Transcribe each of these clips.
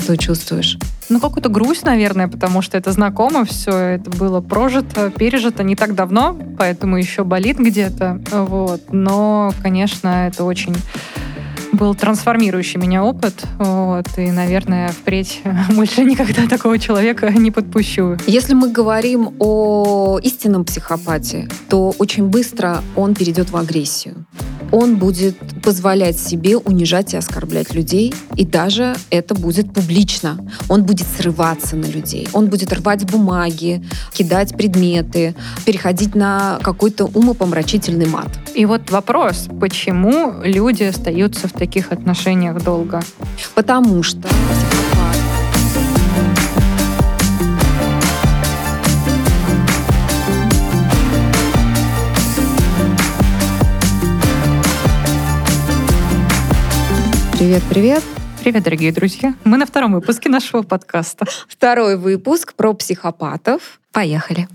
что чувствуешь? Ну, какую-то грусть, наверное, потому что это знакомо все, это было прожито, пережито не так давно, поэтому еще болит где-то. Вот. Но, конечно, это очень был трансформирующий меня опыт. Вот. И, наверное, впредь больше никогда такого человека не подпущу. Если мы говорим о истинном психопате, то очень быстро он перейдет в агрессию. Он будет позволять себе унижать и оскорблять людей, и даже это будет публично. Он будет срываться на людей, он будет рвать бумаги, кидать предметы, переходить на какой-то умопомрачительный мат. И вот вопрос, почему люди остаются в таких отношениях долго? Потому что психопат Привет-привет. Привет, дорогие друзья. Мы на втором выпуске нашего подкаста. Второй выпуск про психопатов. Поехали.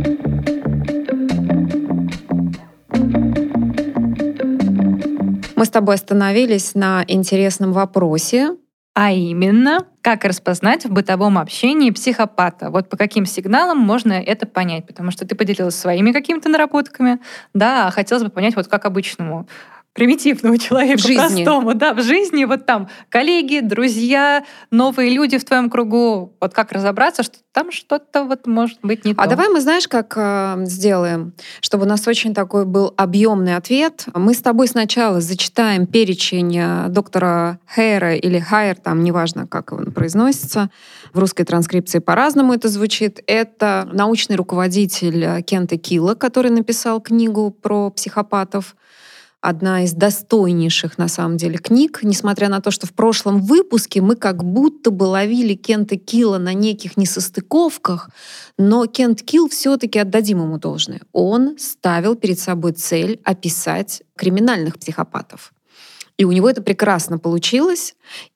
Мы с тобой остановились на интересном вопросе. А именно, как распознать в бытовом общении психопата? Вот по каким сигналам можно это понять? Потому что ты поделилась своими какими-то наработками, да, а хотелось бы понять, вот как обычному примитивному человеку, В жизни. простому, да, в жизни, вот там коллеги, друзья, новые люди в твоем кругу, вот как разобраться, что там что-то вот может быть не то. А давай мы, знаешь, как сделаем, чтобы у нас очень такой был объемный ответ. Мы с тобой сначала зачитаем перечень доктора Хайера или Хайер, там неважно, как он произносится. В русской транскрипции по-разному это звучит. Это научный руководитель Кента Килла, который написал книгу про психопатов. Одна из достойнейших, на самом деле, книг, несмотря на то, что в прошлом выпуске мы как будто бы ловили Кента Килла на неких несостыковках, но Кент Килл все-таки, отдадим ему должное, он ставил перед собой цель описать криминальных психопатов. И у него это прекрасно получилось,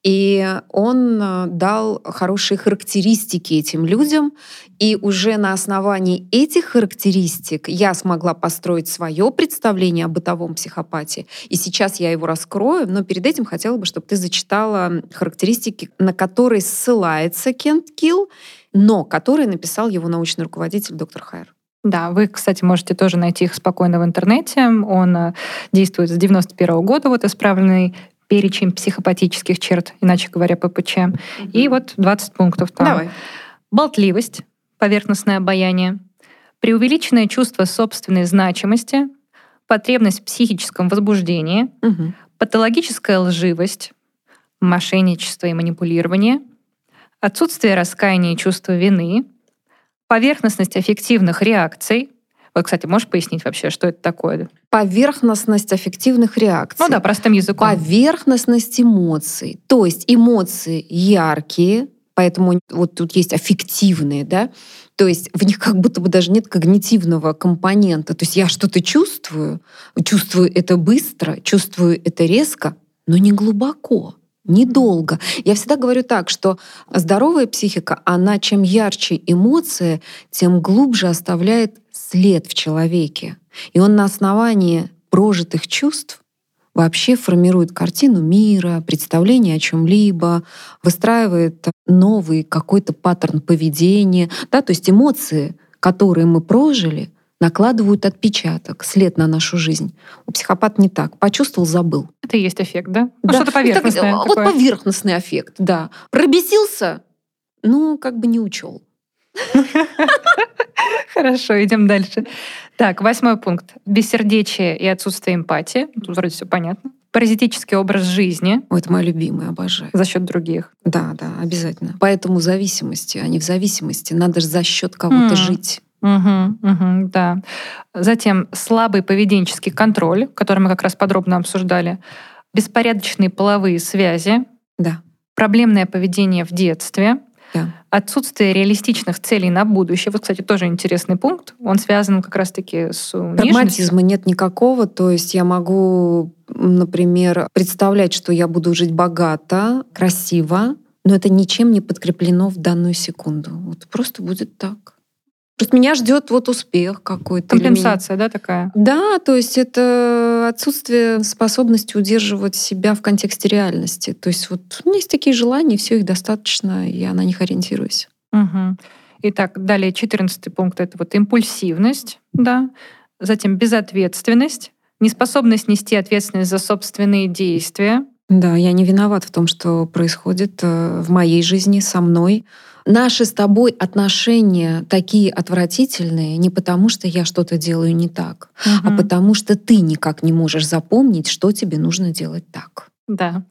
и он дал хорошие характеристики этим людям. И уже на основании этих характеристик я смогла построить свое представление о бытовом психопате. И сейчас я его раскрою, но перед этим хотела бы, чтобы ты зачитала характеристики, на которые ссылается Кент Килл, но которые написал его научный руководитель доктор Хайер. Да, вы, кстати, можете тоже найти их спокойно в интернете. Он действует с 91 года, вот исправленный перечень психопатических черт, иначе говоря, ППЧ. И вот 20 пунктов там. Давай. Болтливость, поверхностное обаяние, преувеличенное чувство собственной значимости, потребность в психическом возбуждении, патологическая лживость, мошенничество и манипулирование, отсутствие раскаяния и чувства вины, поверхностность аффективных реакций. Вот, кстати, можешь пояснить вообще, что это такое? Поверхностность аффективных реакций. Ну да, простым языком. Поверхностность эмоций. То есть эмоции яркие, поэтому вот тут есть аффективные, да? То есть в них как будто бы даже нет когнитивного компонента. То есть я что-то чувствую это быстро, чувствую это резко, но не глубоко. Недолго. Я всегда говорю так, что здоровая психика, она чем ярче эмоция, тем глубже оставляет след в человеке. И он на основании прожитых чувств вообще формирует картину мира, представление о чем-либо, выстраивает новый какой-то паттерн поведения. Да? То есть эмоции, которые мы прожили, накладывают отпечаток, след на нашу жизнь. У психопата не так. Почувствовал — забыл. Это и есть эффект, да? Да. Что-то поверхностное. Вот поверхностный эффект, да. Пробесился, как бы не учел. Хорошо, идем дальше. Так, 8 пункт. Бессердечие и отсутствие эмпатии. Тут вроде все понятно. Паразитический образ жизни. Это мой любимый, обожаю. За счет других. Да, обязательно. Поэтому зависимости, а не в зависимости. Надо же за счет кого-то жить. Да. Затем слабый поведенческий контроль, который мы как раз подробно обсуждали. Беспорядочные половые связи. Да. Проблемное поведение в детстве. Да. Отсутствие реалистичных целей на будущее. Вот, кстати, тоже интересный пункт. Он связан как раз-таки с нежностью. Прагматизма нет никакого. То есть я могу, например, представлять, что я буду жить богато, красиво, но это ничем не подкреплено в данную секунду. Вот просто будет так. Просто меня ждет успех какой-то. Компенсация, да, такая? Да, то есть это отсутствие способности удерживать себя в контексте реальности. То есть вот у меня есть такие желания, все их достаточно, я на них ориентируюсь. Угу. Итак, далее 14 пункт — это вот импульсивность, да, затем безответственность, неспособность нести ответственность за собственные действия. Да, я не виноват в том, что происходит в моей жизни, со мной. Наши с тобой отношения такие отвратительные не потому, что я что-то делаю не так, а потому что ты никак не можешь запомнить, что тебе нужно делать так. Да.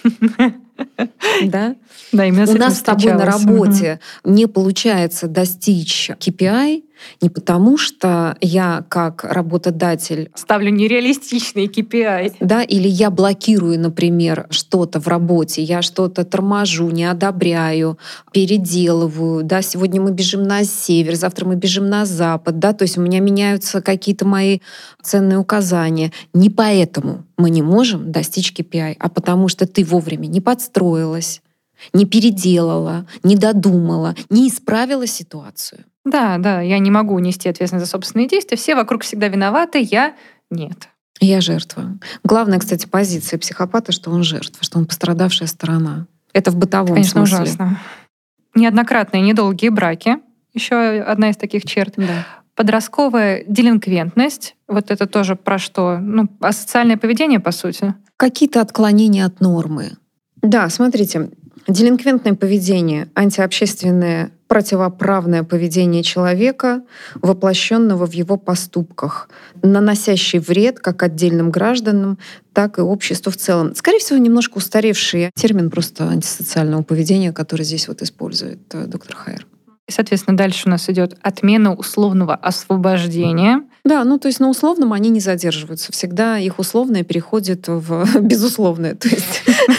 Да? Да, именно У нас с тобой на работе не получается достичь KPI не потому, что я как работодатель ставлю нереалистичные KPI. Да, или я блокирую, например, что-то в работе, я что-то торможу, не одобряю, переделываю. Да, сегодня мы бежим на север, завтра мы бежим на запад. Да, то есть у меня меняются какие-то мои ценные указания. Не поэтому мы не можем достичь KPI, а потому что ты вовремя не подстроилась, не переделала, не додумала, не исправила ситуацию. Да, я не могу нести ответственность за собственные действия. Все вокруг всегда виноваты, я нет. Я жертва. Главная, кстати, позиция психопата, что он жертва, что он пострадавшая сторона. Это в бытовом Конечно, смысле. Ужасно. Неоднократные недолгие браки. Еще одна из таких черт. Да. Подростковая делинквентность. Вот это тоже про что? Асоциальное поведение, по сути. Какие-то отклонения от нормы. Да, смотрите, делинквентное поведение, антиобщественное, противоправное поведение человека, воплощенного в его поступках, наносящий вред как отдельным гражданам, так и обществу в целом. Скорее всего, немножко устаревший термин просто антисоциального поведения, который здесь вот использует доктор Хайер. И, соответственно, дальше у нас идет отмена условного освобождения. Да, то есть на условном они не задерживаются. Всегда их условное переходит в безусловное. То есть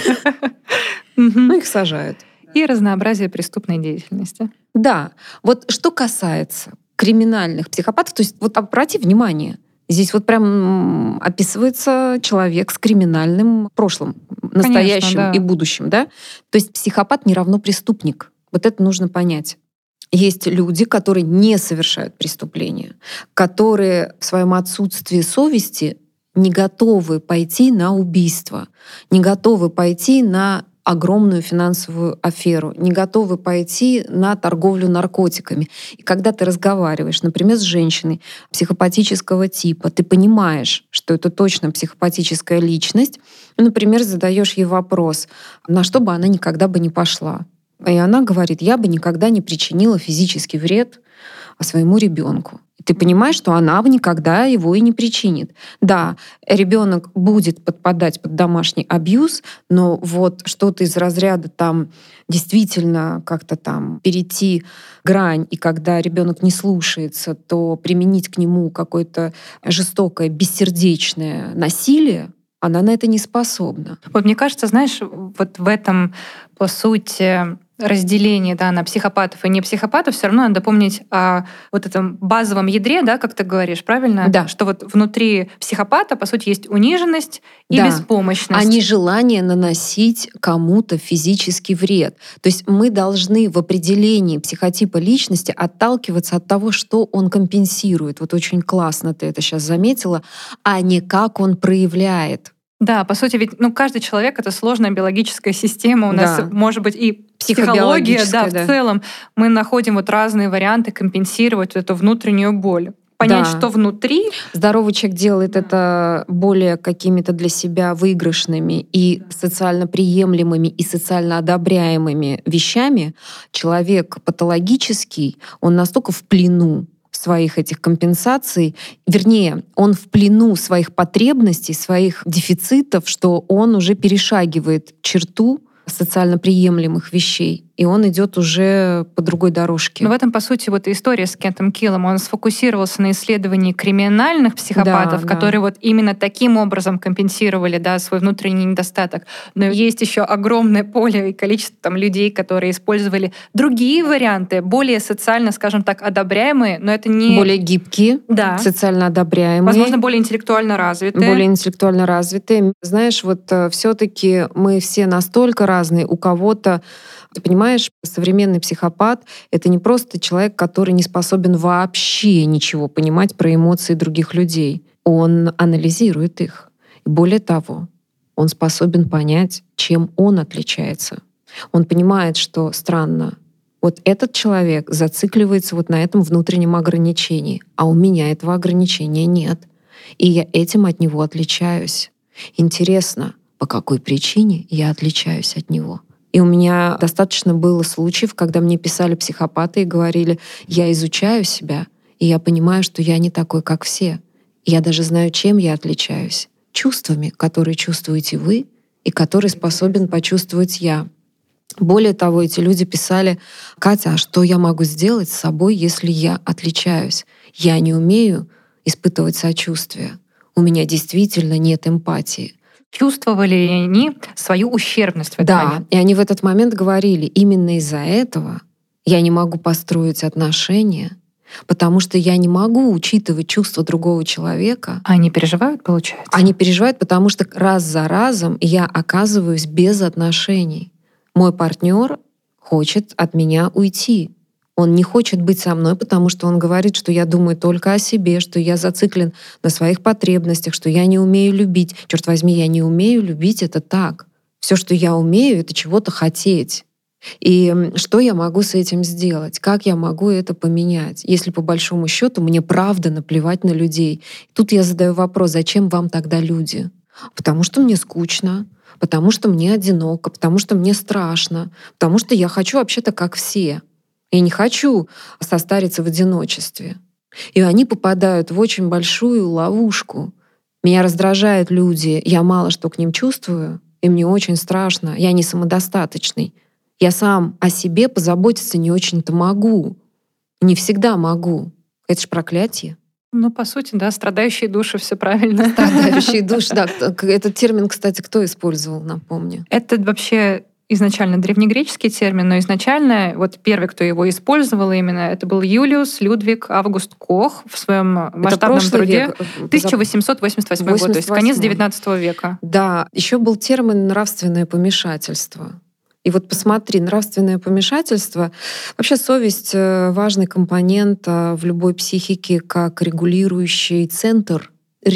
их сажают. И разнообразие преступной деятельности. Да. Вот что касается криминальных психопатов, то есть вот обрати внимание, здесь вот прям описывается человек с криминальным прошлым, настоящим. Конечно, да. И будущим. Да? То есть психопат не равно преступник. Вот это нужно понять. Есть люди, которые не совершают преступления, которые в своем отсутствии совести не готовы пойти на убийство, не готовы пойти на огромную финансовую аферу, не готовы пойти на торговлю наркотиками. И когда ты разговариваешь, например, с женщиной психопатического типа, ты понимаешь, что это точно психопатическая личность, и, например, задаешь ей вопрос, на что бы она никогда бы не пошла. И она говорит, я бы никогда не причинила физический вред своему ребенку. Ты понимаешь, что она бы никогда его и не причинит. Да, ребенок будет подпадать под домашний абьюз, но вот что-то из разряда там действительно как-то там перейти грань, и когда ребенок не слушается, то применить к нему какое-то жестокое, бессердечное насилие, она на это не способна. Вот мне кажется, знаешь, вот в этом, по сути, разделение, да, на психопатов и не психопатов, все равно надо помнить о вот этом базовом ядре, да, как ты говоришь, правильно? Да. Что вот внутри психопата, по сути, есть униженность и беспомощность. А не желание наносить кому-то физический вред. То есть мы должны в определении психотипа личности отталкиваться от того, что он компенсирует. Вот очень классно ты это сейчас заметила, а не как он проявляет. Да, по сути, ведь каждый человек — это сложная биологическая система. У нас может быть и психология, да, в целом. Мы находим вот разные варианты компенсировать эту внутреннюю боль. Понять, что внутри. Здоровый человек делает это более какими-то для себя выигрышными и социально приемлемыми и социально одобряемыми вещами. Человек патологический, он настолько в плену своих этих компенсаций, вернее, он в плену своих потребностей, своих дефицитов, что он уже перешагивает черту социально приемлемых вещей, и он идет уже по другой дорожке. Но в этом, по сути, вот история с Кентом Киллом, он сфокусировался на исследовании криминальных психопатов, которые вот именно таким образом компенсировали, да, свой внутренний недостаток. Но есть еще огромное поле и количество там людей, которые использовали другие варианты, более социально, скажем так, одобряемые, но это не... Более гибкие, социально одобряемые. Возможно, более интеллектуально развитые. Более интеллектуально развитые. Знаешь, вот все-таки мы все настолько разные. У кого-то, ты понимаешь, современный психопат — это не просто человек, который не способен вообще ничего понимать про эмоции других людей. Он анализирует их. И более того, он способен понять, чем он отличается. Он понимает, что странно, вот этот человек зацикливается вот на этом внутреннем ограничении, а у меня этого ограничения нет. И я этим от него отличаюсь. Интересно, по какой причине я отличаюсь от него? И у меня достаточно было случаев, когда мне писали психопаты и говорили: я изучаю себя, и я понимаю, что я не такой, как все. И я даже знаю, чем я отличаюсь. Чувствами, которые чувствуете вы и которые способен почувствовать я. Более того, эти люди писали: Катя, а что я могу сделать с собой, если я отличаюсь? Я не умею испытывать сочувствие. У меня действительно нет эмпатии. Чувствовали ли они свою ущербность в этот момент? Да, и они в этот момент говорили: именно из-за этого я не могу построить отношения, потому что я не могу учитывать чувства другого человека. Они переживают, получается? Они переживают, потому что раз за разом я оказываюсь без отношений. Мой партнер хочет от меня уйти. Он не хочет быть со мной, потому что он говорит, что я думаю только о себе, что я зациклен на своих потребностях, что я не умею любить. Черт возьми, я не умею любить — это так. Все, что я умею, это чего-то хотеть. И что я могу с этим сделать? Как я могу это поменять? Если по большому счету мне правда наплевать на людей. Тут я задаю вопрос: зачем вам тогда люди? Потому что мне скучно, потому что мне одиноко, потому что мне страшно, потому что я хочу вообще-то как все. Я не хочу состариться в одиночестве. И они попадают в очень большую ловушку. Меня раздражают люди, я мало что к ним чувствую, и мне очень страшно, я не самодостаточный. Я сам о себе позаботиться не очень-то могу. Не всегда могу. Это ж проклятие. Ну, по сути, да, страдающие души, все правильно. Страдающие души, да. Этот термин, кстати, кто использовал, напомню? Это вообще изначально древнегреческий термин, но изначально вот первый, кто его использовал именно, это был Юлиус Людвиг Август Кох в своем масштабном труде. 1888 год, то есть конец XIX века. Да, еще был термин «нравственное помешательство». И вот посмотри, нравственное помешательство, вообще совесть — важный компонент в любой психике как регулирующий центр,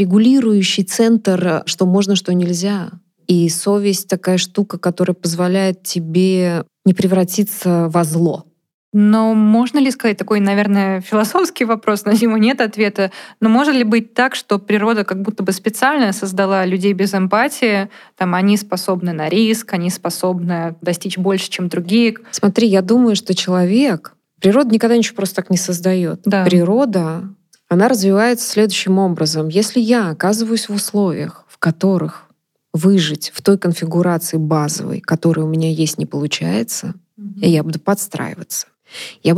что можно, что нельзя. И совесть — такая штука, которая позволяет тебе не превратиться во зло. Но можно ли сказать, такой, наверное, философский вопрос, на него нет ответа, но может ли быть так, что природа как будто бы специально создала людей без эмпатии, там они способны на риск, они способны достичь больше, чем другие? Смотри, я думаю, что природа никогда ничего просто так не создает. Да. Природа, она развивается следующим образом. Если я оказываюсь в условиях, в которых выжить в той конфигурации базовой, которая у меня есть, не получается, я буду подстраиваться. Я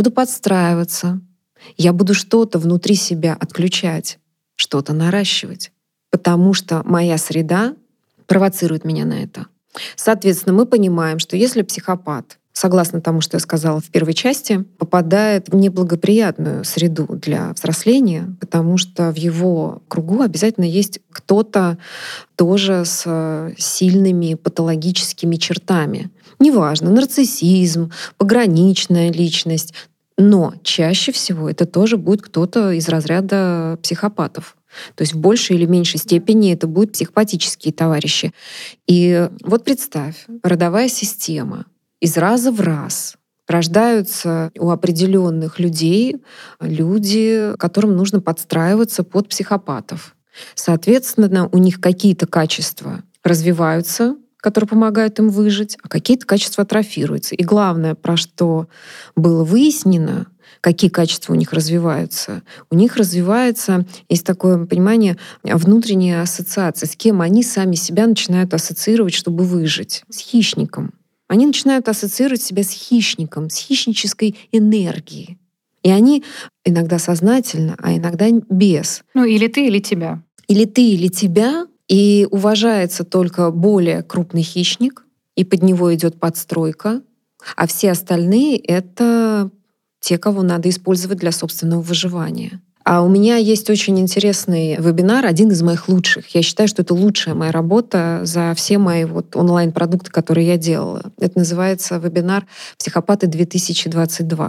буду что-то внутри себя отключать, что-то наращивать, потому что моя среда провоцирует меня на это. Соответственно, мы понимаем, что если психопат, согласно тому, что я сказала в первой части, попадает в неблагоприятную среду для взросления, потому что в его кругу обязательно есть кто-то тоже с сильными патологическими чертами. Неважно, нарциссизм, пограничная личность, но чаще всего это тоже будет кто-то из разряда психопатов. То есть в большей или меньшей степени это будут психопатические товарищи. И вот представь, родовая система. Из раза в раз рождаются у определенных людей люди, которым нужно подстраиваться под психопатов. Соответственно, у них какие-то качества развиваются, которые помогают им выжить, а какие-то качества атрофируются. И главное, про что было выяснено, какие качества у них развиваются. У них развивается, есть такое понимание, внутренняя ассоциация, с кем они сами себя начинают ассоциировать, чтобы выжить. С хищником. Они начинают ассоциировать себя с хищником, с хищнической энергией. И они иногда сознательно, а иногда без. Ну, или ты, или тебя. Или ты, или тебя. И уважается только более крупный хищник, и под него идет подстройка, а все остальные — это те, кого надо использовать для собственного выживания. А у меня есть очень интересный вебинар, один из моих лучших. Я считаю, что это лучшая моя работа за все мои онлайн-продукты, которые я делала. Это называется вебинар «Психопаты 2022».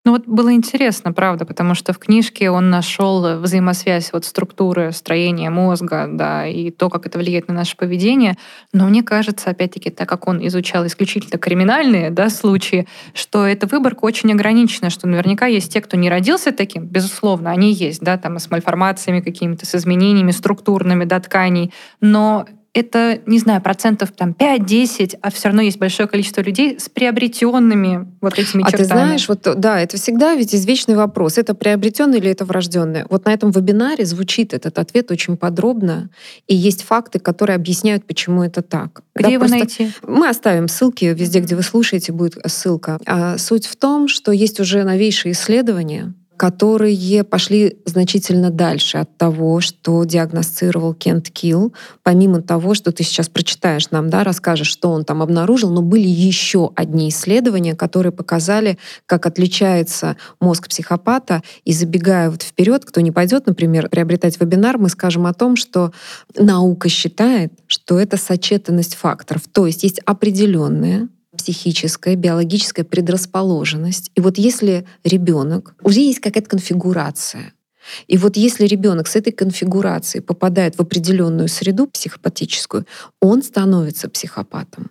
Ну вот было интересно, правда, потому что в книжке он нашел взаимосвязь структуры строения мозга, да, и то, как это влияет на наше поведение. Но мне кажется, опять-таки, так как он изучал исключительно криминальные, да, случаи, что эта выборка очень ограничена, что наверняка есть те, кто не родился таким, безусловно, они есть, да, там и с мальформациями какими-то, с изменениями структурными, да, тканей, но это, не знаю, процентов 5-10, а все равно есть большое количество людей с приобретенными этими чертами. А ты знаешь, да, это всегда ведь извечный вопрос. Это приобретенное или это врожденное? Вот на этом вебинаре звучит этот ответ очень подробно, и есть факты, которые объясняют, почему это так. Где его найти? Мы оставим ссылки везде, где вы слушаете, будет ссылка. А суть в том, что есть уже новейшие исследования, которые пошли значительно дальше от того, что диагностировал Кент Килл. Помимо того, что ты сейчас прочитаешь нам, да, расскажешь, что он там обнаружил, но были еще одни исследования, которые показали, как отличается мозг психопата. И забегая вперед, кто не пойдет, например, приобретать вебинар, мы скажем о том, что наука считает, что это сочетанность факторов. То есть есть определенные психическая, биологическая предрасположенность. И вот если ребенок, уже есть какая-то конфигурация, и вот если ребенок с этой конфигурацией попадает в определенную среду психопатическую, он становится психопатом.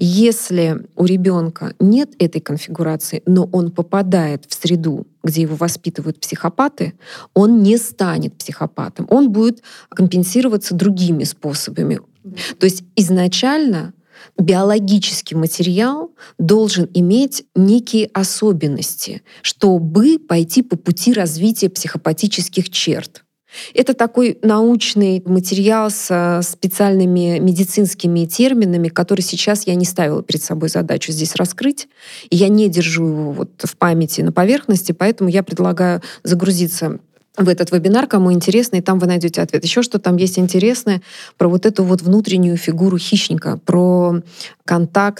Если у ребенка нет этой конфигурации, но он попадает в среду, где его воспитывают психопаты, он не станет психопатом. Он будет компенсироваться другими способами. То есть изначально биологический материал должен иметь некие особенности, чтобы пойти по пути развития психопатических черт. Это такой научный материал с специальными медицинскими терминами, который сейчас я не ставила перед собой задачу здесь раскрыть. И я не держу его в памяти на поверхности, поэтому я предлагаю загрузиться в этот вебинар, кому интересно, и там вы найдете ответ. Еще что там есть интересное про эту внутреннюю фигуру хищника, про контакт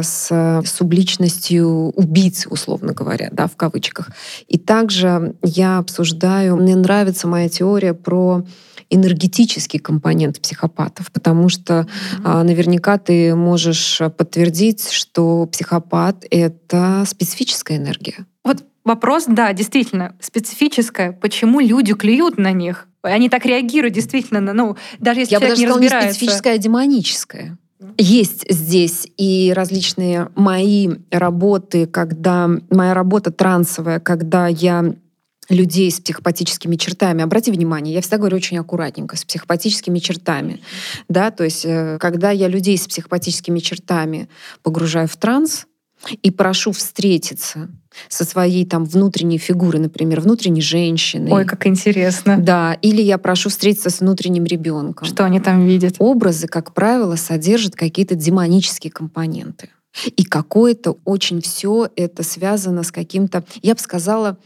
с субличностью убийцы, условно говоря, да, в кавычках. И также я обсуждаю, мне нравится моя теория про энергетический компонент психопатов, потому что наверняка ты можешь подтвердить, что психопат — это специфическая энергия. Вопрос, да, действительно, специфическое. Почему люди клюют на них? Они так реагируют, действительно, даже если человек не разбирается. Я бы даже сказала, не специфическое, а демоническое. Есть здесь и различные мои работы, моя работа трансовая, когда я людей с психопатическими чертами. Обрати внимание, я всегда говорю очень аккуратненько, с психопатическими чертами. Да, то есть, когда я людей с психопатическими чертами погружаю в транс и прошу встретиться со своей внутренней фигурой, например, внутренней женщиной. Ой, как интересно. Да, или я прошу встретиться с внутренним ребенком. Что они там видят? Образы, как правило, содержат какие-то демонические компоненты. И какое-то очень все это связано с каким-то, я бы сказала,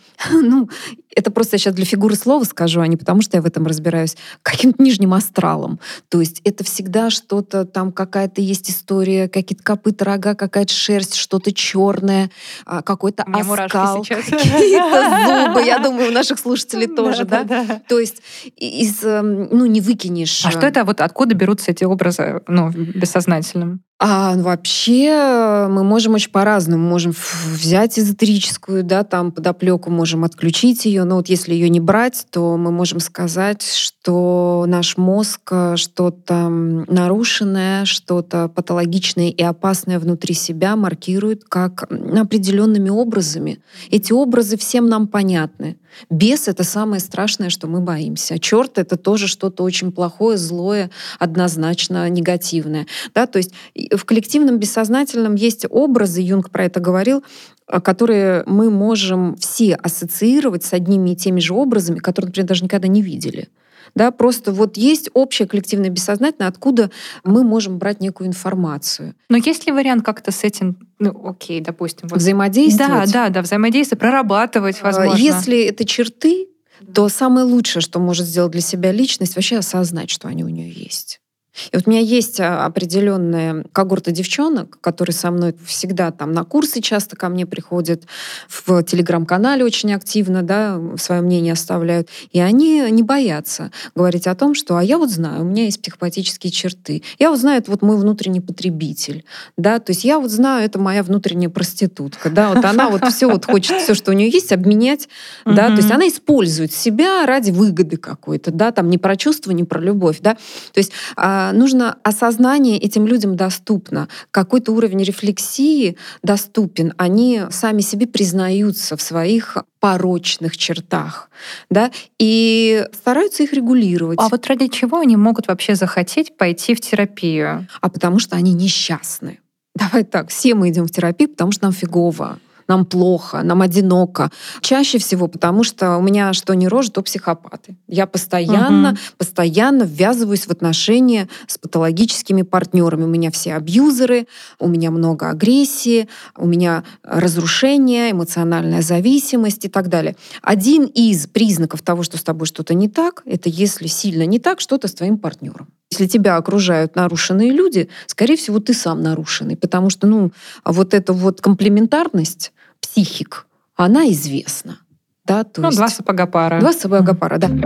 это просто я сейчас для фигуры слова скажу, а не потому, что я в этом разбираюсь, каким-то нижним астралом. То есть это всегда что-то там, какая-то есть история, какие-то копыта, рога, какая-то шерсть, что-то черное, какой-то оскал, какие-то зубы. Я думаю, у наших слушателей тоже, да? То есть не выкинешь. А что это, откуда берутся эти образы, в бессознательном? Вообще мы можем очень по-разному. Мы можем взять эзотерическую, да, подоплеку, можем отключить ее. Но если ее не брать, то мы можем сказать, что наш мозг что-то нарушенное, что-то патологичное и опасное внутри себя маркирует как определенными образами. Эти образы всем нам понятны. Бес — это самое страшное, что мы боимся. Черт — это тоже что-то очень плохое, злое, однозначно негативное. Да? То есть в коллективном бессознательном есть образы, Юнг про это говорил, которые мы можем все ассоциировать с одними и теми же образами, которые, например, даже никогда не видели. Да, просто есть общее коллективное бессознательное, откуда мы можем брать некую информацию. Но есть ли вариант как-то с этим, допустим... Взаимодействовать? Да, взаимодействовать, прорабатывать, возможно. Если это черты, то самое лучшее, что может сделать для себя личность, вообще осознать, что они у нее есть. И вот у меня есть определенная когорта девчонок, которые со мной всегда там на курсы часто ко мне приходят, в телеграм-канале очень активно, да, свое мнение оставляют. И они не боятся говорить о том, что «а я вот знаю, у меня есть психопатические черты, я вот знаю, это вот мой внутренний потребитель, да, то есть я вот знаю, это моя внутренняя проститутка, да, вот она вот все вот хочет, все, что у нее есть, обменять, да, то есть она использует себя ради выгоды какой-то, да, там не про чувства, не про любовь, да, то есть нужно осознание этим людям доступно, какой-то уровень рефлексии доступен, они сами себе признаются в своих порочных чертах, да, и стараются их регулировать. А вот ради чего они могут вообще захотеть пойти в терапию? А потому что они несчастны. Давай так, все мы идем в терапию, потому что нам фигово, нам плохо, нам одиноко. Чаще всего потому, что у меня что ни рожь, то психопаты. Я постоянно ввязываюсь в отношения с патологическими партнерами. У меня все абьюзеры, у меня много агрессии, у меня разрушение, эмоциональная зависимость и так далее. Один из признаков того, что с тобой что-то не так, это если сильно не так, что-то с твоим партнером. Если тебя окружают нарушенные люди, скорее всего, ты сам нарушенный, потому что, вот эта вот комплементарность психик, она известна. Да, то есть... Два сапога пара. Два сапога пара, да.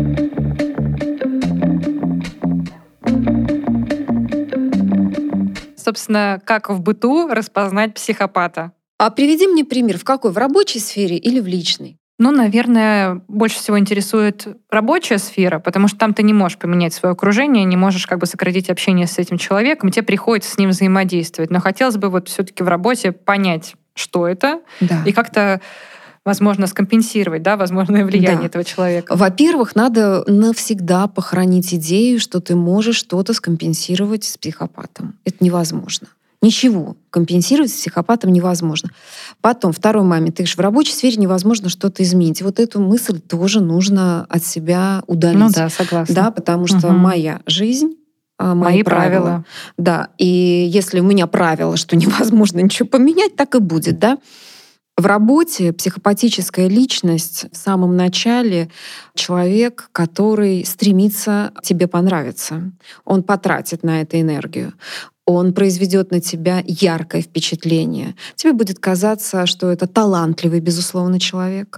Собственно, как в быту распознать психопата? А приведи мне пример. В какой? В рабочей сфере или в личной? Наверное, больше всего интересует рабочая сфера, потому что там ты не можешь поменять свое окружение, не можешь сократить общение с этим человеком, и тебе приходится с ним взаимодействовать. Но хотелось бы все-таки в работе понять, что это, да. И как-то, возможно, скомпенсировать, возможное влияние этого человека. Во-первых, надо навсегда похоронить идею, что ты можешь что-то скомпенсировать с психопатом. Это невозможно. Ничего компенсировать с психопатом невозможно. Потом, второй момент. В рабочей сфере невозможно что-то изменить. Вот эту мысль тоже нужно от себя удалить. Да, согласна. Да, потому что моя жизнь, мои правила. Да, и если у меня правило, что невозможно ничего поменять, так и будет, да. В работе психопатическая личность в самом начале человек, который стремится тебе понравиться. Он потратит на это энергию. Он произведет на тебя яркое впечатление. Тебе будет казаться, что это талантливый, безусловно, человек,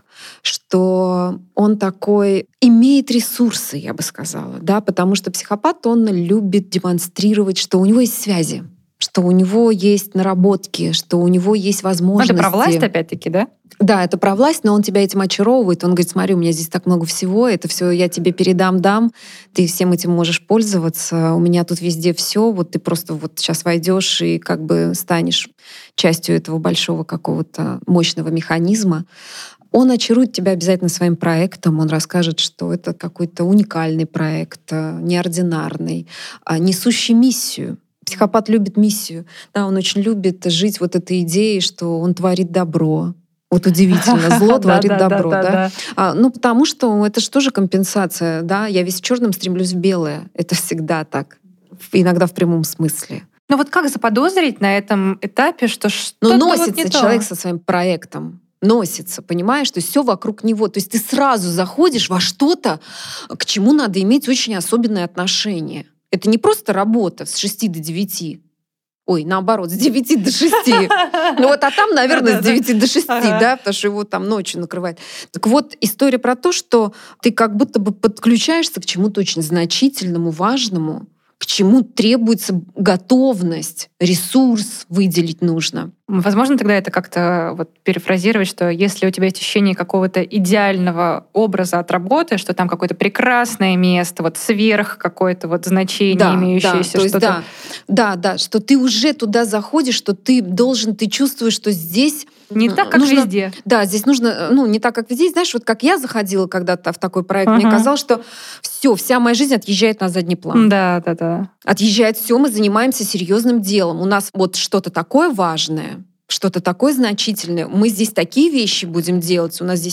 что он такой имеет ресурсы, я бы сказала, да, потому что психопат, он любит демонстрировать, что у него есть связи, что у него есть наработки, что у него есть возможности. Это про власть, опять-таки, да? Да, это про власть, но он тебя этим очаровывает. Он говорит: смотри, у меня здесь так много всего, это все я тебе дам, ты всем этим можешь пользоваться, у меня тут везде все, вот ты просто вот сейчас войдешь и как бы станешь частью этого большого какого-то мощного механизма. Он очарует тебя обязательно своим проектом, он расскажет, что это какой-то уникальный проект, неординарный, несущий миссию. Психопат любит миссию. Да, он очень любит жить вот этой идеей, что он творит добро. Вот удивительно, зло творит добро, да? Потому что это же тоже компенсация, да? Я весь в черном стремлюсь в белое. Это всегда так. Иногда в прямом смысле. Вот как заподозрить на этом этапе, что что-то носится не человек то? со своим проектом. Носится, понимаешь? То есть все вокруг него. То есть ты сразу заходишь во что-то, к чему надо иметь очень особенное отношение. Это не просто работа с 6 до 9. Ой, наоборот, с 9 до 6. А там, наверное, с 9 до 6, да, потому что его там ночью накрывает. Так вот, история про то, что ты как будто бы подключаешься к чему-то очень значительному, важному, к чему требуется готовность, ресурс выделить нужно. Возможно, тогда это как-то перефразировать, что если у тебя есть ощущение какого-то идеального образа от работы, что там какое-то прекрасное место, сверх какое-то значение имеющееся. Да, что-то... да, что ты уже туда заходишь, что ты чувствуешь, что здесь не так, как везде. Да, здесь нужно, не так, как везде. Знаешь, как я заходила когда-то в такой проект, мне казалось, что вся моя жизнь отъезжает на задний план. Да. Отъезжает все, мы занимаемся серьезным делом. У нас что-то такое важное, что-то такое значительное. Мы здесь такие вещи будем делать, у нас здесь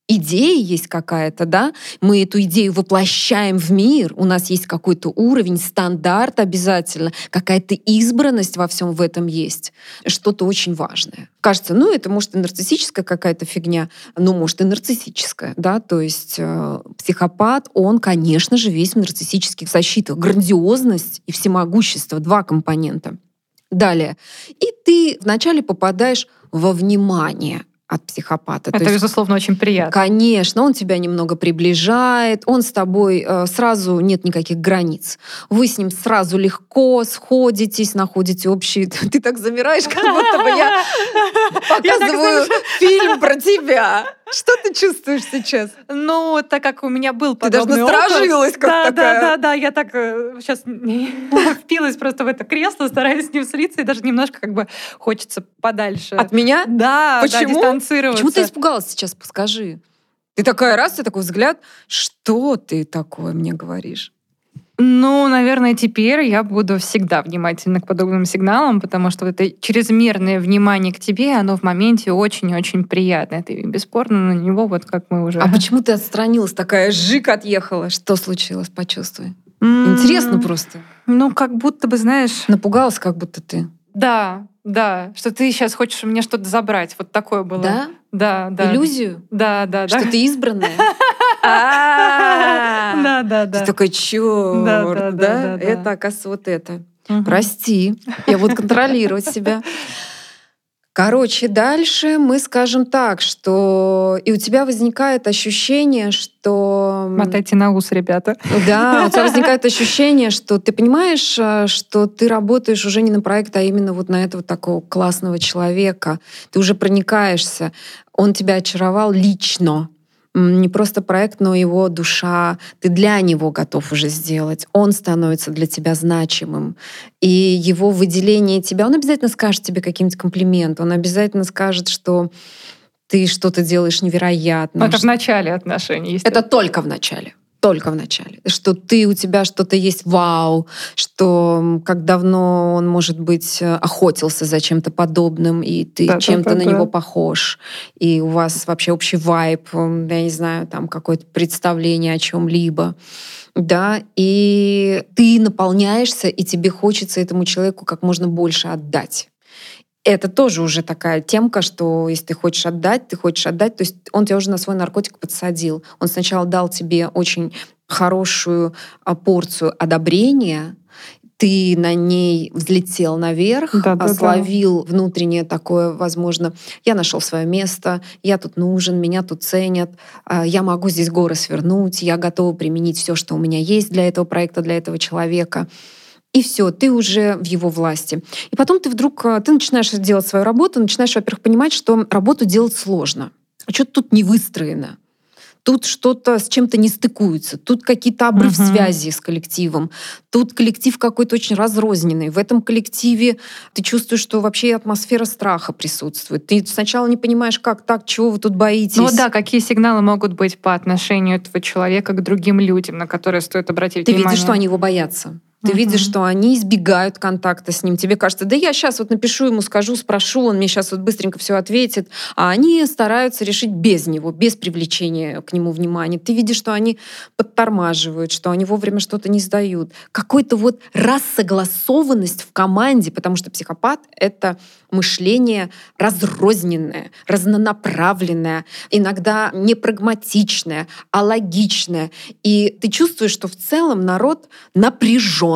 идея есть какая-то, да, мы эту идею воплощаем в мир, у нас есть какой-то уровень, стандарт обязательно, какая-то избранность во всем в этом есть, что-то очень важное. Кажется, это может и нарциссическая какая-то фигня, может и нарциссическая, да, то есть психопат, он, конечно же, весь в нарциссических защитах. Грандиозность и всемогущество — 2 компонента. Далее. И ты вначале попадаешь во внимание от психопата. Это, безусловно, очень приятно. Конечно, он тебя немного приближает, он с тобой сразу нет никаких границ. Вы с ним сразу легко сходитесь, находите общий... Ты так замираешь, как будто бы я показываю фильм про тебя. Что ты чувствуешь сейчас? Так как у меня был подобный опыт... Ты даже насторожилась, как такая. Да, я так сейчас впилась просто в это кресло, стараюсь с ним слиться, и даже немножко хочется подальше. От меня? Да, почему? Дистанцироваться. Почему ты испугалась сейчас? Скажи. Ты такая раз, ты такой взгляд. Что ты такое мне говоришь? Наверное, теперь я буду всегда внимательна к подобным сигналам, потому что это чрезмерное внимание к тебе, оно в моменте очень-очень приятное. Ты бесспорно на него, как мы уже... А почему ты отстранилась такая, жик отъехала? Что случилось? Почувствуй. Интересно просто. Как будто бы, знаешь... Напугалась, как будто ты. Да, что ты сейчас хочешь у меня что-то забрать. Вот такое было. Да? Да. Иллюзию? Да. Что ты избранная? Да. Ты такой, чёрт, да? Это, оказывается, вот это. Прости, я буду контролировать себя. Короче, дальше мы скажем так, что и у тебя возникает ощущение, что... Мотайте на ус, ребята. Да, у тебя возникает ощущение, что ты понимаешь, что ты работаешь уже не на проект, а именно на этого такого классного человека. Ты уже проникаешься. Он тебя очаровал лично. Не просто проект, но его душа. Ты для него готов уже сделать. Он становится для тебя значимым. И его выделение тебя, он обязательно скажет тебе какие-нибудь комплименты. Он обязательно скажет, что ты что-то делаешь невероятно. Это в начале отношений. Это только в начале. Только в начале. Что у тебя что-то есть вау, что как давно он, может быть, охотился за чем-то подобным, и ты чем-то на него похож, и у вас вообще общий вайб, я не знаю, там какое-то представление о чем-либо. Да, и ты наполняешься, и тебе хочется этому человеку как можно больше отдать. Это тоже уже такая темка, что если ты хочешь отдать, то есть он тебя уже на свой наркотик подсадил. Он сначала дал тебе очень хорошую порцию одобрения, ты на ней взлетел наверх, словил внутреннее такое, возможно, я нашел свое место, я тут нужен, меня тут ценят, я могу здесь горы свернуть, я готова применить все, что у меня есть для этого проекта, для этого человека. И все, ты уже в его власти. И потом ты начинаешь делать свою работу, начинаешь, во-первых, понимать, что работу делать сложно. Что-то тут не выстроено. Тут что-то с чем-то не стыкуется. Тут какие-то обрыв связи с коллективом. Тут коллектив какой-то очень разрозненный. В этом коллективе ты чувствуешь, что вообще атмосфера страха присутствует. Ты сначала не понимаешь, как так, чего вы тут боитесь. Какие сигналы могут быть по отношению этого человека к другим людям, на которые стоит обратить внимание? Ты видишь, что они его боятся. Ты видишь, что они избегают контакта с ним. Тебе кажется, да я сейчас напишу ему, скажу, спрошу, он мне сейчас быстренько все ответит. А они стараются решить без него, без привлечения к нему внимания. Ты видишь, что они подтормаживают, что они вовремя что-то не сдают. Какой-то рассогласованность в команде, потому что психопат — это мышление разрозненное, разнонаправленное, иногда не прагматичное, а логичное. И ты чувствуешь, что в целом народ напряжен.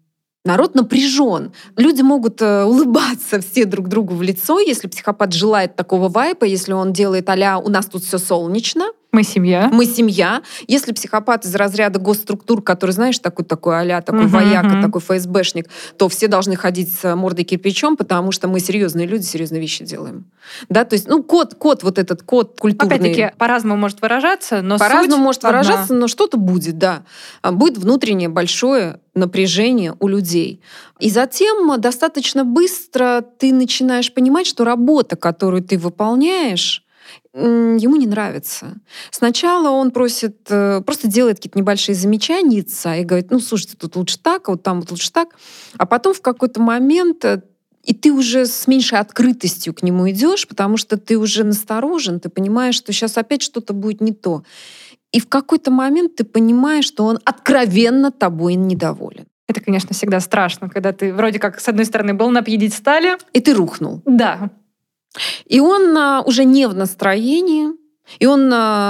Народ напряжен. Люди могут улыбаться все друг другу в лицо, если психопат желает такого вайпа, если он делает а-ля «у нас тут все солнечно». Мы семья. Мы семья. Если психопат из разряда госструктур, который, знаешь, такой а-ля, такой вояка, такой ФСБшник, то все должны ходить с мордой кирпичом, потому что мы серьезные люди, серьезные вещи делаем. Да, то есть, код культурный. Опять-таки, по-разному может выражаться, но по-разному может одна. выражаться, но что-то будет, да. Будет внутреннее большое напряжение у людей. И затем достаточно быстро ты начинаешь понимать, что работа, которую ты выполняешь, ему не нравится. Сначала он просто делает какие-то небольшие замечания и говорит, слушайте, тут лучше так, а вот там вот лучше так. А потом в какой-то момент И ты уже с меньшей открытостью к нему идешь, потому что ты уже насторожен, ты понимаешь, что сейчас опять что-то будет не то. И в какой-то момент ты понимаешь, что он откровенно тобой недоволен. Это, конечно, всегда страшно, когда ты вроде как, с одной стороны, был на пьедестале. И ты рухнул. Да. И он уже не в настроении, и он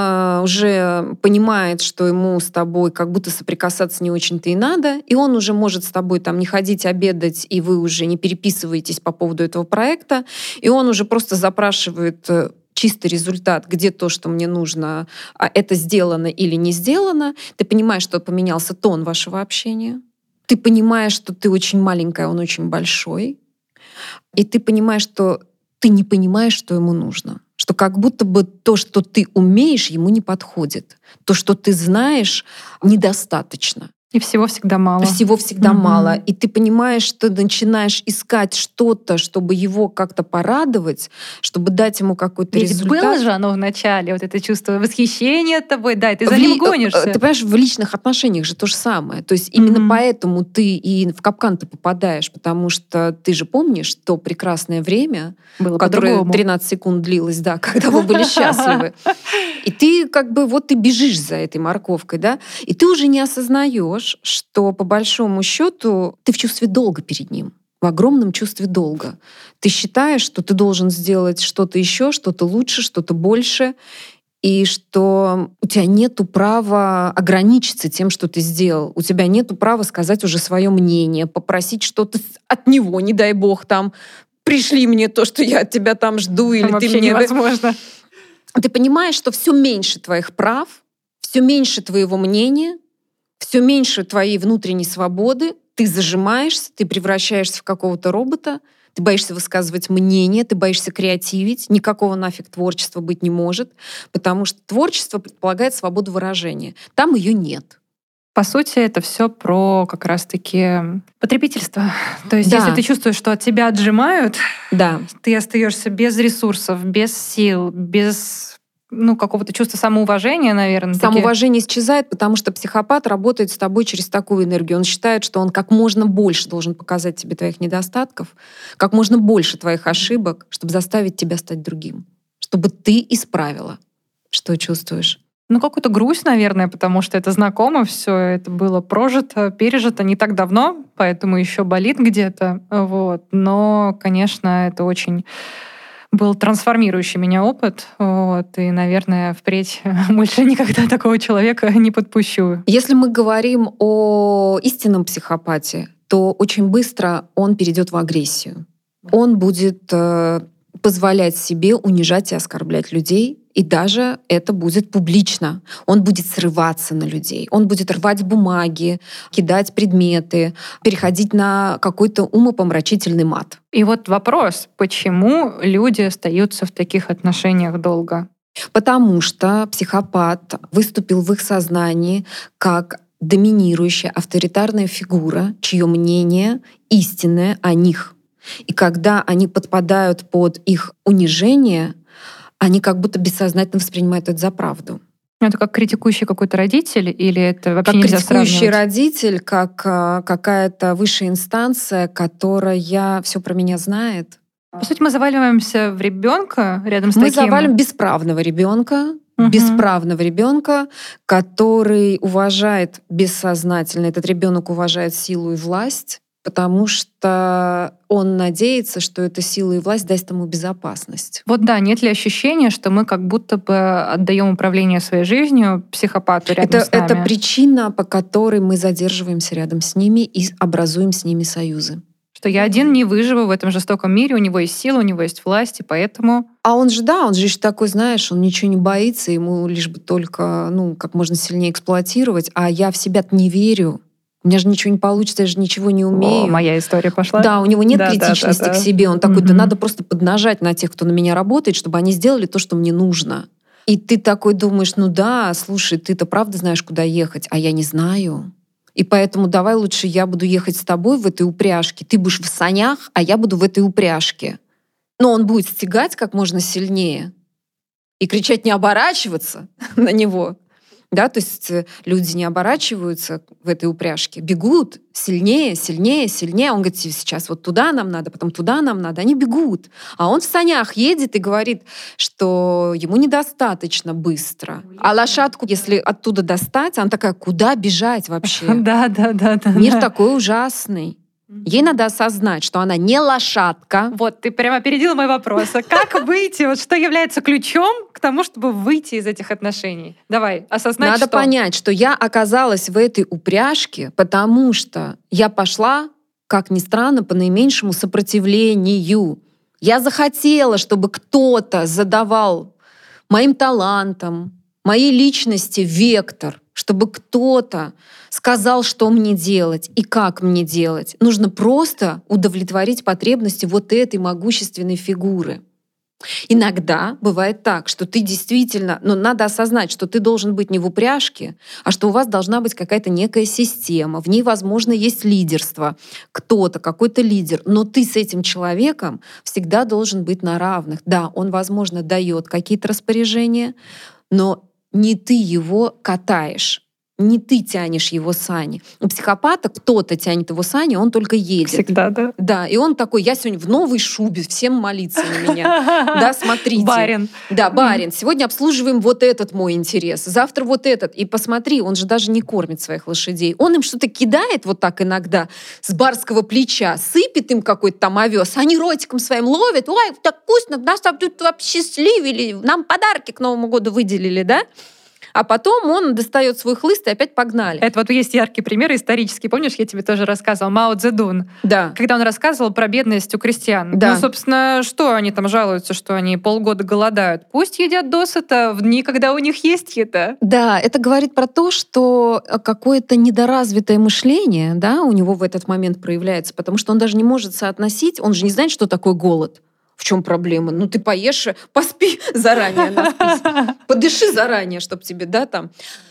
уже понимает, что ему с тобой как будто соприкасаться не очень-то и надо, и он уже может с тобой там не ходить обедать, и вы уже не переписываетесь по поводу этого проекта, и он уже просто запрашивает чистый результат, где то, что мне нужно, это сделано или не сделано. Ты понимаешь, что поменялся тон вашего общения. Ты понимаешь, что ты очень маленькая, он очень большой. И ты понимаешь, что ты не понимаешь, что ему нужно. Что как будто бы то, что ты умеешь, ему не подходит. То, что ты знаешь, недостаточно. И всего всегда мало. Всего всегда мало. И ты понимаешь, что ты начинаешь искать что-то, чтобы его как-то порадовать, чтобы дать ему какой-то результат. Было же оно вначале, вот это чувство восхищения тобой, да, и ты за ним гонишься. Ты понимаешь, в личных отношениях же то же самое. То есть именно поэтому ты и в капкан ты попадаешь, потому что ты же помнишь то прекрасное время, было которое 13 секунд длилось, да, когда вы были счастливы. И ты как бы вот ты бежишь за этой морковкой, да, и ты уже не осознаешь, что по большому счету ты в чувстве долга перед ним, в огромном чувстве долга. Ты считаешь, что ты должен сделать что-то еще, что-то лучше, что-то больше, и что у тебя нету права ограничиться тем, что ты сделал. У тебя нету права сказать уже свое мнение, попросить что-то от него, не дай бог, там, пришли мне то, что я от тебя там жду, или вообще ты мне... невозможно. Ты понимаешь, что все меньше твоих прав, все меньше твоего мнения, все меньше твоей внутренней свободы, ты зажимаешься, ты превращаешься в какого-то робота, ты боишься высказывать мнение, ты боишься креативить, никакого нафиг творчества быть не может, потому что творчество предполагает свободу выражения. Там ее нет. По сути, это все про как раз-таки потребительство. То есть, Да. если ты чувствуешь, что от тебя отжимают, Да. ты остаешься без ресурсов, без сил, без какого-то чувства самоуважения, наверное. Самоуважение исчезает, потому что психопат работает с тобой через такую энергию. Он считает, что он как можно больше должен показать тебе твоих недостатков, как можно больше твоих ошибок, чтобы заставить тебя стать другим, чтобы ты исправила, что чувствуешь. Какую-то грусть, наверное, потому что это знакомо, все это было прожито, пережито не так давно, поэтому еще болит где-то. Вот. Но, конечно, это очень был трансформирующий меня опыт. Вот. И, наверное, впредь больше никогда такого человека не подпущу. Если мы говорим о истинном психопате, то очень быстро он перейдет в агрессию. Он будет позволять себе унижать и оскорблять людей, и даже это будет публично. Он будет срываться на людей, он будет рвать бумаги, кидать предметы, переходить на какой-то умопомрачительный мат. И вот вопрос, почему люди остаются в таких отношениях долго? Потому что психопат выступил в их сознании как доминирующая авторитарная фигура, чье мнение истинное о них. И когда они подпадают под их унижение, они как будто бессознательно воспринимают это за правду. Это как критикующий какой-то родитель, или это вообще как нельзя критикующий сравнивать? родитель, как какая-то высшая инстанция, которая все про меня знает. По сути, мы заваливаемся в ребенка рядом с Мы таким. завалим бесправного ребенка, который уважает бессознательно. Этот ребенок уважает силу и власть, потому что он надеется, что эта сила и власть даст ему безопасность. Вот да, нет ли ощущения, что мы как будто бы отдаем управление своей жизнью психопату рядом с нами? Это причина, по которой мы задерживаемся рядом с ними и образуем с ними союзы. Что я один не выживу в этом жестоком мире, у него есть сила, у него есть власть, и поэтому... А он же еще такой, знаешь, он ничего не боится, ему лишь бы только, как можно сильнее эксплуатировать, а я в себя-то не верю. У меня же ничего не получится, я же ничего не умею. О, моя история пошла. Да, у него нет критичности к себе. Он такой, надо просто поднажать на тех, кто на меня работает, чтобы они сделали то, что мне нужно. И ты такой думаешь, слушай, ты-то правда знаешь, куда ехать, а я не знаю. И поэтому давай лучше я буду ехать с тобой в этой упряжке. Ты будешь в санях, а я буду в этой упряжке. Но он будет стягать как можно сильнее и кричать не оборачиваться на него. Да, то есть люди не оборачиваются в этой упряжке, бегут сильнее, сильнее, сильнее. Он говорит, сейчас вот туда нам надо, потом туда нам надо. Они бегут. А он в санях едет и говорит, что ему недостаточно быстро. А лошадку, если оттуда достать, она такая, куда бежать вообще? Да. Мир такой ужасный. Ей надо осознать, что она не лошадка. Вот, ты прямо опередила мой вопрос. А как выйти? Вот что является ключом к тому, чтобы выйти из этих отношений? Давай, осознать, надо что... понять, что я оказалась в этой упряжке, потому что я пошла, как ни странно, по наименьшему сопротивлению. Я захотела, чтобы кто-то задавал моим талантам, моей личности вектор, чтобы кто-то сказал, что мне делать и как мне делать. Нужно просто удовлетворить потребности вот этой могущественной фигуры. Иногда бывает так, что ты действительно, надо осознать, что ты должен быть не в упряжке, а что у вас должна быть какая-то некая система, в ней, возможно, есть лидерство, кто-то, какой-то лидер, но ты с этим человеком всегда должен быть на равных. Да, он, возможно, дает какие-то распоряжения, но не ты его катаешь. Не ты тянешь его сани. У психопата кто-то тянет его сани, он только едет. Всегда, да. Да, и он такой, я сегодня в новой шубе, всем молиться на меня. Да, смотрите. Барин. Да, барин. Сегодня обслуживаем вот этот мой интерес, завтра вот этот. И посмотри, он же даже не кормит своих лошадей. Он им что-то кидает вот так иногда с барского плеча, сыпет им какой-то там овес, они ротиком своим ловят. Ой, так вкусно, нас там тут обсчастливили, нам подарки к Новому году выделили, да? А потом он достает свой хлыст и опять погнали. Это вот есть яркий пример исторический. Помнишь, я тебе тоже рассказывала? Мао Цзэдун. Да. Когда он рассказывал про бедность у крестьян. Да. Ну, собственно, что они там жалуются, что они полгода голодают? Пусть едят досыта в дни, когда у них есть еда. Да, это говорит про то, что какое-то недоразвитое мышление, да, у него в этот момент проявляется, потому что он даже не может соотносить, он же не знает, что такое голод. В чем проблема? Ну, ты поешь, поспи заранее, наспись. Подыши заранее, чтобы тебе, да, там.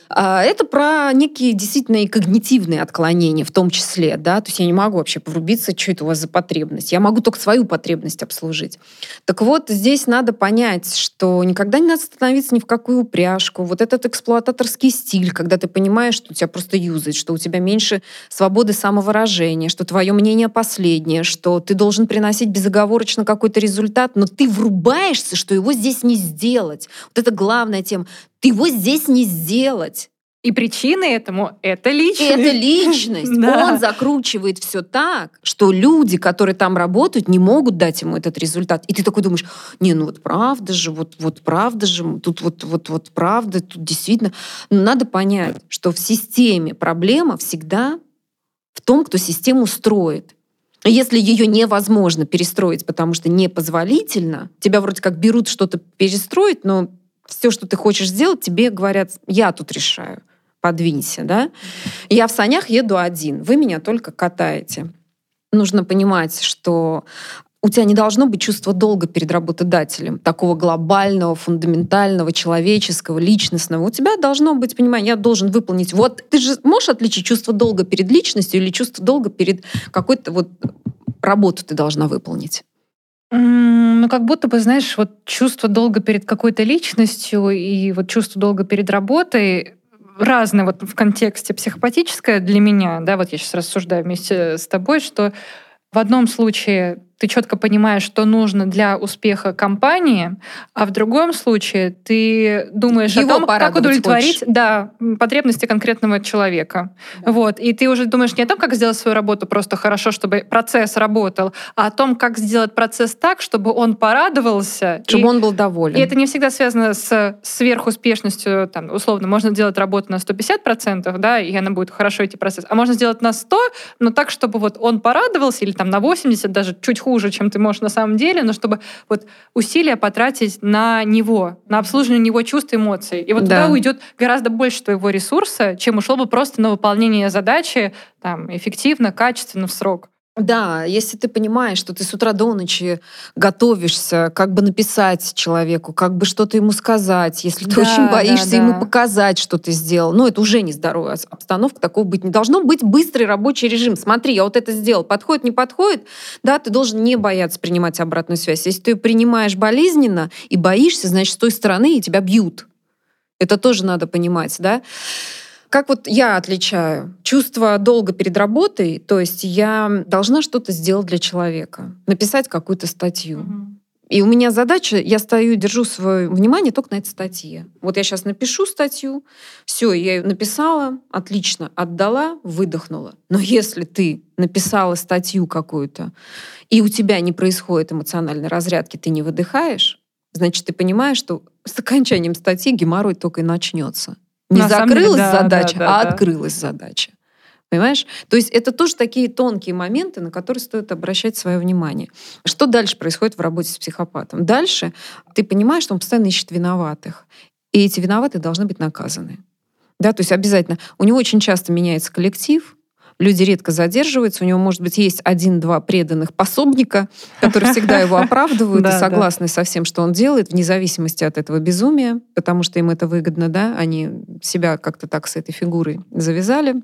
Это про некие действительно и когнитивные отклонения в том числе, да, то есть я не могу вообще поврубиться, что это у вас за потребность. Я могу только свою потребность обслужить. Так вот, здесь надо понять, что никогда не надо становиться ни в какую упряжку. Вот этот эксплуататорский стиль, когда ты понимаешь, что тебя просто юзают, что у тебя меньше свободы самовыражения, что твое мнение последнее, что ты должен приносить безоговорочно какой-то результат, но ты врубаешься, что его здесь не сделать. Вот это главная тема. Ты его здесь не сделать. И причины этому — это личность. Это личность. Да. Он закручивает все так, что люди, которые там работают, не могут дать ему этот результат. И ты такой думаешь, вот правда же, вот правда же, тут вот правда, тут действительно. Но надо понять, что в системе проблема всегда в том, кто систему строит. Если ее невозможно перестроить, потому что непозволительно, тебя вроде как берут что-то перестроить, но все, что ты хочешь сделать, тебе говорят, я тут решаю, подвинься, да? Я в санях еду один, вы меня только катаете. Нужно понимать, что у тебя не должно быть чувства долга перед работодателем, такого глобального, фундаментального, человеческого, личностного. У тебя должно быть понимание, я должен выполнить. Вот ты же можешь отличить чувство долга перед личностью или чувство долга перед какой-то вот работу ты должна выполнить? Ну, как будто бы, знаешь, вот чувство долга перед какой-то личностью и вот чувство долга перед работой разные вот в контексте психопатическое для меня, да, вот я сейчас рассуждаю вместе с тобой, что в одном случае ты четко понимаешь, что нужно для успеха компании, а в другом случае ты думаешь о том, как удовлетворить потребности конкретного человека. Да. Вот. И ты уже думаешь не о том, как сделать свою работу просто хорошо, чтобы процесс работал, а о том, как сделать процесс так, чтобы он порадовался. Чтобы он был доволен. И это не всегда связано с сверхуспешностью. Там, условно, можно сделать работу на 150%, да, и она будет хорошо идти процесс. А можно сделать на 100%, но так, чтобы вот он порадовался, или там на 80%, даже чуть хуже, чем ты можешь на самом деле, но чтобы вот усилия потратить на него, на обслуживание него чувств и эмоций. И вот туда уйдет гораздо больше твоего ресурса, чем ушло бы просто на выполнение задачи там, эффективно, качественно, в срок. Да, если ты понимаешь, что ты с утра до ночи готовишься, как бы написать человеку, как бы что-то ему сказать, если ты очень боишься ему показать, что ты сделал, это уже нездоровая обстановка, такого быть не должно. Быть быстрый рабочий режим. Смотри, я вот это сделал, подходит, не подходит, да, ты должен не бояться принимать обратную связь. Если ты ее принимаешь болезненно и боишься, значит, с той стороны тебя бьют. Это тоже надо понимать, да? Как вот я отличаю чувство долга перед работой, то есть я должна что-то сделать для человека, написать какую-то статью. И у меня задача, я стою, держу свое внимание только на этой статье. Вот я сейчас напишу статью, все, я ее написала, отлично, отдала, выдохнула. Но если ты написала статью какую-то, и у тебя не происходит эмоциональной разрядки, ты не выдыхаешь, значит, ты понимаешь, что с окончанием статьи геморрой только и начнется. Не закрылась задача, а открылась задача. Понимаешь? То есть это тоже такие тонкие моменты, на которые стоит обращать свое внимание. Что дальше происходит в работе с психопатом? Дальше ты понимаешь, что он постоянно ищет виноватых. И эти виноватые должны быть наказаны. Да, то есть обязательно. У него очень часто меняется коллектив, люди редко задерживаются, у него, может быть, есть 1-2 преданных пособника, которые всегда его оправдывают и согласны со всем, что он делает, вне зависимости от этого безумия, потому что им это выгодно, да, они себя как-то так с этой фигурой завязали.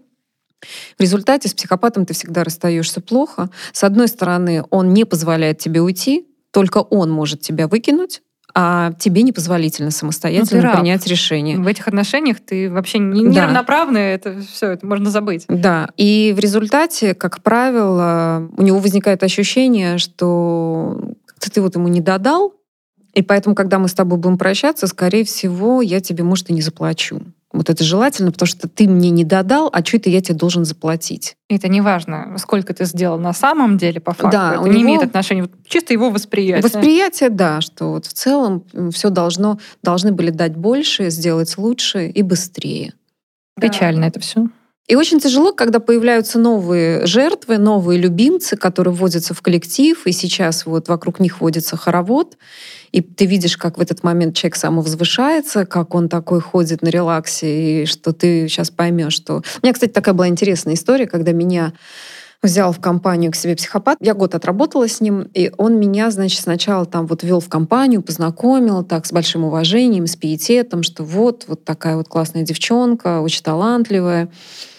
В результате с психопатом ты всегда расстаешься плохо. С одной стороны, он не позволяет тебе уйти, только он может тебя выкинуть, а тебе непозволительно самостоятельно принять решение. В этих отношениях ты вообще не равноправный, это все, это можно забыть. Да, и в результате, как правило, у него возникает ощущение, что ты вот ему не додал, и поэтому, когда мы с тобой будем прощаться, скорее всего, я тебе, может, и не заплачу. Вот это желательно, потому что ты мне не додал, а что это я тебе должен заплатить. Это не важно, сколько ты сделал на самом деле, по факту. Да, это не имеет отношения. Вот чисто его восприятие. Восприятие, да, что вот в целом все должны были дать больше, сделать лучше и быстрее. Печально это все. И очень тяжело, когда появляются новые жертвы, новые любимцы, которые вводятся в коллектив, и сейчас вот вокруг них водится хоровод, и ты видишь, как в этот момент человек самовозвышается, как он такой ходит на релаксе, и что ты сейчас поймешь, что... У меня, кстати, такая была интересная история, когда меня взял в компанию к себе психопат. Я год отработала с ним, и он меня, значит, сначала там вот ввел в компанию, познакомил так с большим уважением, с пиететом, что вот такая вот классная девчонка, очень талантливая.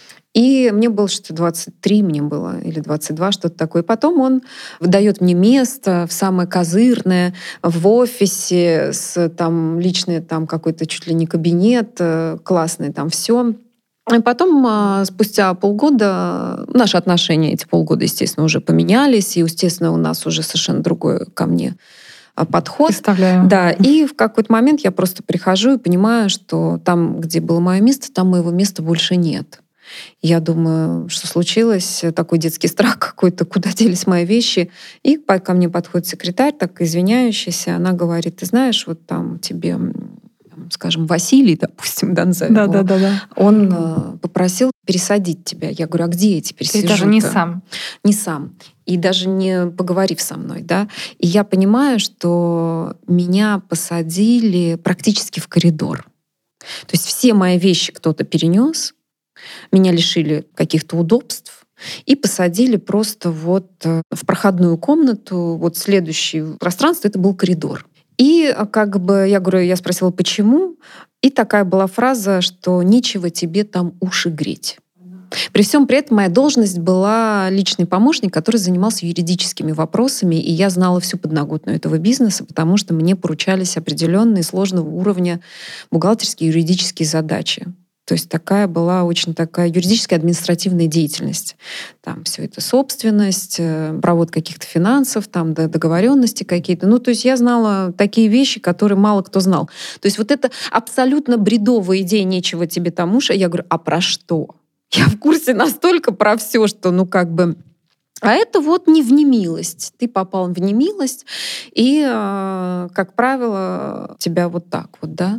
И мне было что-то 23, мне было, или 22, что-то такое. Потом он выдает мне место в самое козырное, в офисе, с там личный там какой-то чуть ли не кабинет, классный там все. И потом, спустя полгода, наши отношения эти полгода, естественно, уже поменялись, и, естественно, у нас уже совершенно другой ко мне подход. Представляю. Да, и в какой-то момент я просто прихожу и понимаю, что там, где было мое место, там моего места больше нет. Я думаю, что случилось, такой детский страх какой-то, куда делись мои вещи. И ко мне подходит секретарь, так извиняющаяся, она говорит, ты знаешь, вот там тебе, скажем, Василий, допустим, да, назовем его, он попросил пересадить тебя. Я говорю, а где я теперь сижу? Ты даже не сам. Не сам. И даже не поговорив со мной, да. И я понимаю, что меня посадили практически в коридор. То есть все мои вещи кто-то перенес, меня лишили каких-то удобств и посадили просто вот в проходную комнату. Вот следующее пространство — это был коридор. И как бы я спросила, почему? И такая была фраза, что нечего тебе там уши греть. При всем при этом моя должность была личный помощник, который занимался юридическими вопросами, и я знала всю подноготную этого бизнеса, потому что мне поручались определенные сложного уровня бухгалтерские и юридические задачи. То есть такая была очень такая юридическая административная деятельность. Там все это собственность, провод каких-то финансов, там договоренности какие-то. Ну, то есть я знала такие вещи, которые мало кто знал. То есть вот это абсолютно бредовая идея «нечего тебе там уши». Я говорю, а про что? Я в курсе настолько про все, что ну как бы... А это вот не в немилость. Ты попал в немилость, и, как правило, тебя вот так вот, да.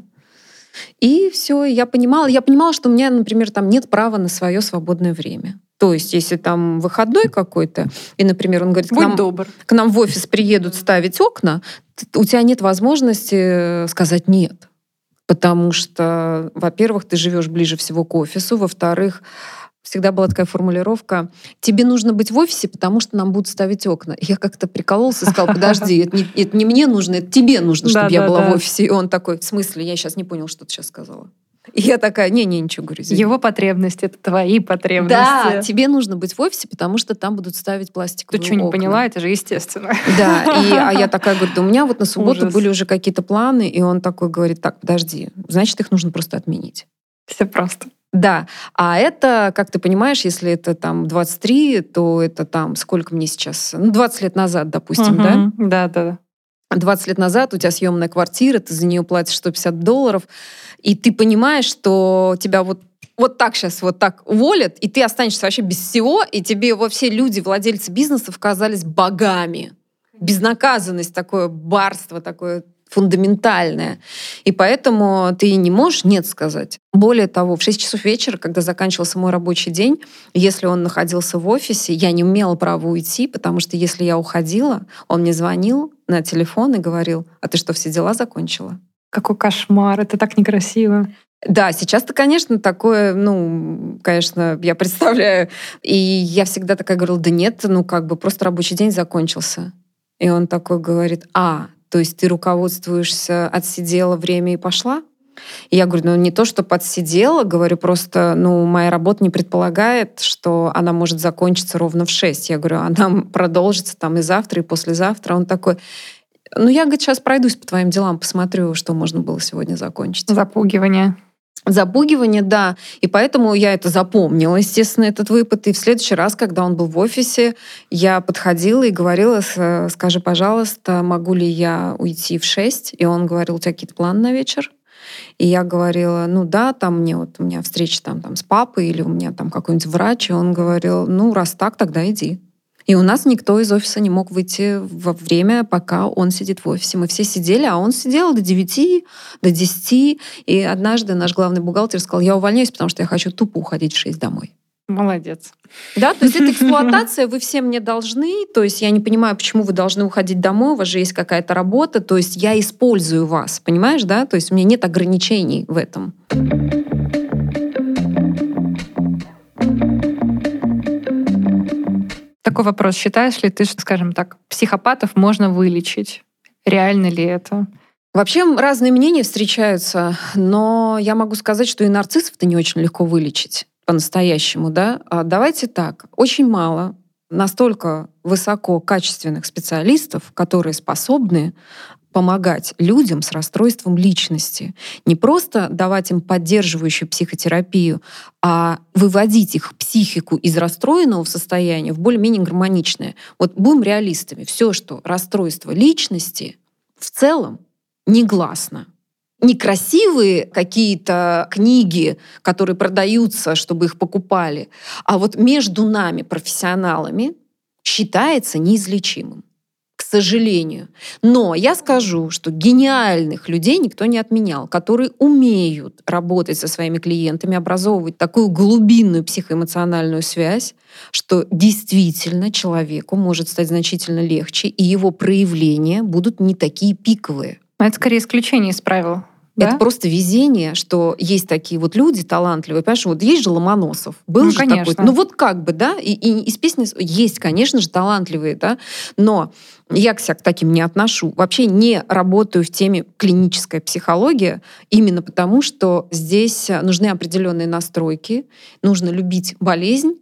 И все, я понимала, что у меня, например, там нет права на свое свободное время. То есть, если там выходной какой-то, и, например, он говорит, к нам в офис приедут ставить окна, у тебя нет возможности сказать нет. Потому что, во-первых, ты живешь ближе всего к офису, во-вторых, всегда была такая формулировка: тебе нужно быть в офисе, потому что нам будут ставить окна. И я как-то прикололся и сказала, подожди, это не мне нужно, это тебе нужно, чтобы я была в офисе. И он такой, в смысле? Я сейчас не понял, что ты сейчас сказала. И я такая, ничего, говорю, извини. Его потребности — это твои потребности. Да, тебе нужно быть в офисе, потому что там будут ставить пластиковые окна. Ты что, не поняла? Это же естественно. Да, а я такая говорю, да у меня вот на субботу были уже какие-то планы, и он такой говорит, так, подожди, значит, их нужно просто отменить. Все просто. Да, а это, как ты понимаешь, если это там 23, то это там, сколько мне сейчас? 20 лет назад, допустим, да? Да. 20 лет назад у тебя съемная квартира, ты за нее платишь $150, и ты понимаешь, что тебя вот так сейчас вот так уволят, и ты останешься вообще без всего, и тебе все люди, владельцы бизнесов, казались богами. Безнаказанность, такое барство, такое фундаментальное. И поэтому ты не можешь «нет» сказать. Более того, в 6 часов вечера, когда заканчивался мой рабочий день, если он находился в офисе, я не имела права уйти, потому что если я уходила, он мне звонил на телефон и говорил, а ты что, все дела закончила? Какой кошмар, это так некрасиво. Да, сейчас-то, конечно, такое, конечно, я представляю. И я всегда такая говорила, да нет, просто рабочий день закончился. И он такой говорит, то есть ты руководствуешься, отсидела время и пошла? И я говорю, не то, что подсидела, говорю, просто, моя работа не предполагает, что она может закончиться ровно в 6. Я говорю, она продолжится там и завтра, и послезавтра. Он такой, я, говорит, сейчас пройдусь по твоим делам, посмотрю, что можно было сегодня закончить. Запугивание, да. И поэтому я это запомнила, естественно, этот выпад. И в следующий раз, когда он был в офисе, я подходила и говорила, скажи, пожалуйста, могу ли я уйти в 6? И он говорил, у тебя какие-то планы на вечер? И я говорила, да, там у меня встреча там с папой, или у меня там какой-нибудь врач. И он говорил, раз так, тогда иди. И у нас никто из офиса не мог выйти во время, пока он сидит в офисе. Мы все сидели, а он сидел до 9, до 10. И однажды наш главный бухгалтер сказал, я увольняюсь, потому что я хочу тупо уходить в 6 домой. Молодец. Да, то есть это эксплуатация, вы все мне должны, то есть я не понимаю, почему вы должны уходить домой, у вас же есть какая-то работа, то есть я использую вас, понимаешь, да? То есть у меня нет ограничений в этом. Такой вопрос. Считаешь ли ты, что, скажем так, психопатов можно вылечить? Реально ли это? Вообще разные мнения встречаются, но я могу сказать, что и нарциссов-то не очень легко вылечить по-настоящему, да? Давайте так. Очень мало настолько высоко качественных специалистов, которые способны помогать людям с расстройством личности. Не просто давать им поддерживающую психотерапию, а выводить их психику из расстроенного состояния в более-менее гармоничное. Вот будем реалистами. Все, что расстройство личности, в целом негласно. Некрасивые какие-то книги, которые продаются, чтобы их покупали, а вот между нами, профессионалами, считается неизлечимым. К сожалению. Но я скажу, что гениальных людей никто не отменял, которые умеют работать со своими клиентами, образовывать такую глубинную психоэмоциональную связь, что действительно человеку может стать значительно легче, и его проявления будут не такие пиковые. Но это скорее исключение из правил. Да? Это просто везение, что есть такие вот люди талантливые. Понимаешь, вот есть же Ломоносов. Был же конечно. такой. Вот как бы, да? И из песни есть, конечно же, талантливые, да? Но я к себя к таким не отношу. Вообще не работаю в теме клиническая психология, именно потому, что здесь нужны определенные настройки, нужно любить болезнь,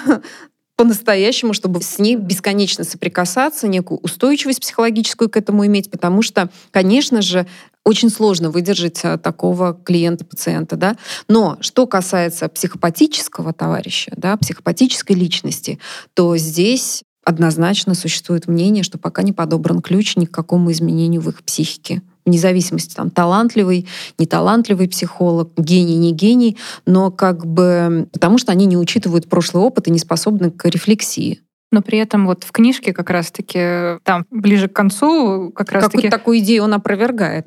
по-настоящему, чтобы с ней бесконечно соприкасаться, некую устойчивость психологическую к этому иметь, потому что, конечно же, очень сложно выдержать такого клиента-пациента. Да? Но что касается психопатического товарища, да, психопатической личности, то здесь однозначно существует мнение, что пока не подобран ключ ни к какому изменению в их психике. Вне зависимости, там, талантливый, неталантливый психолог, гений, не гений, но потому что они не учитывают прошлый опыт и не способны к рефлексии. Но при этом вот в книжке как раз-таки, там ближе к концу как раз-таки... Какую-то такую идею он опровергает.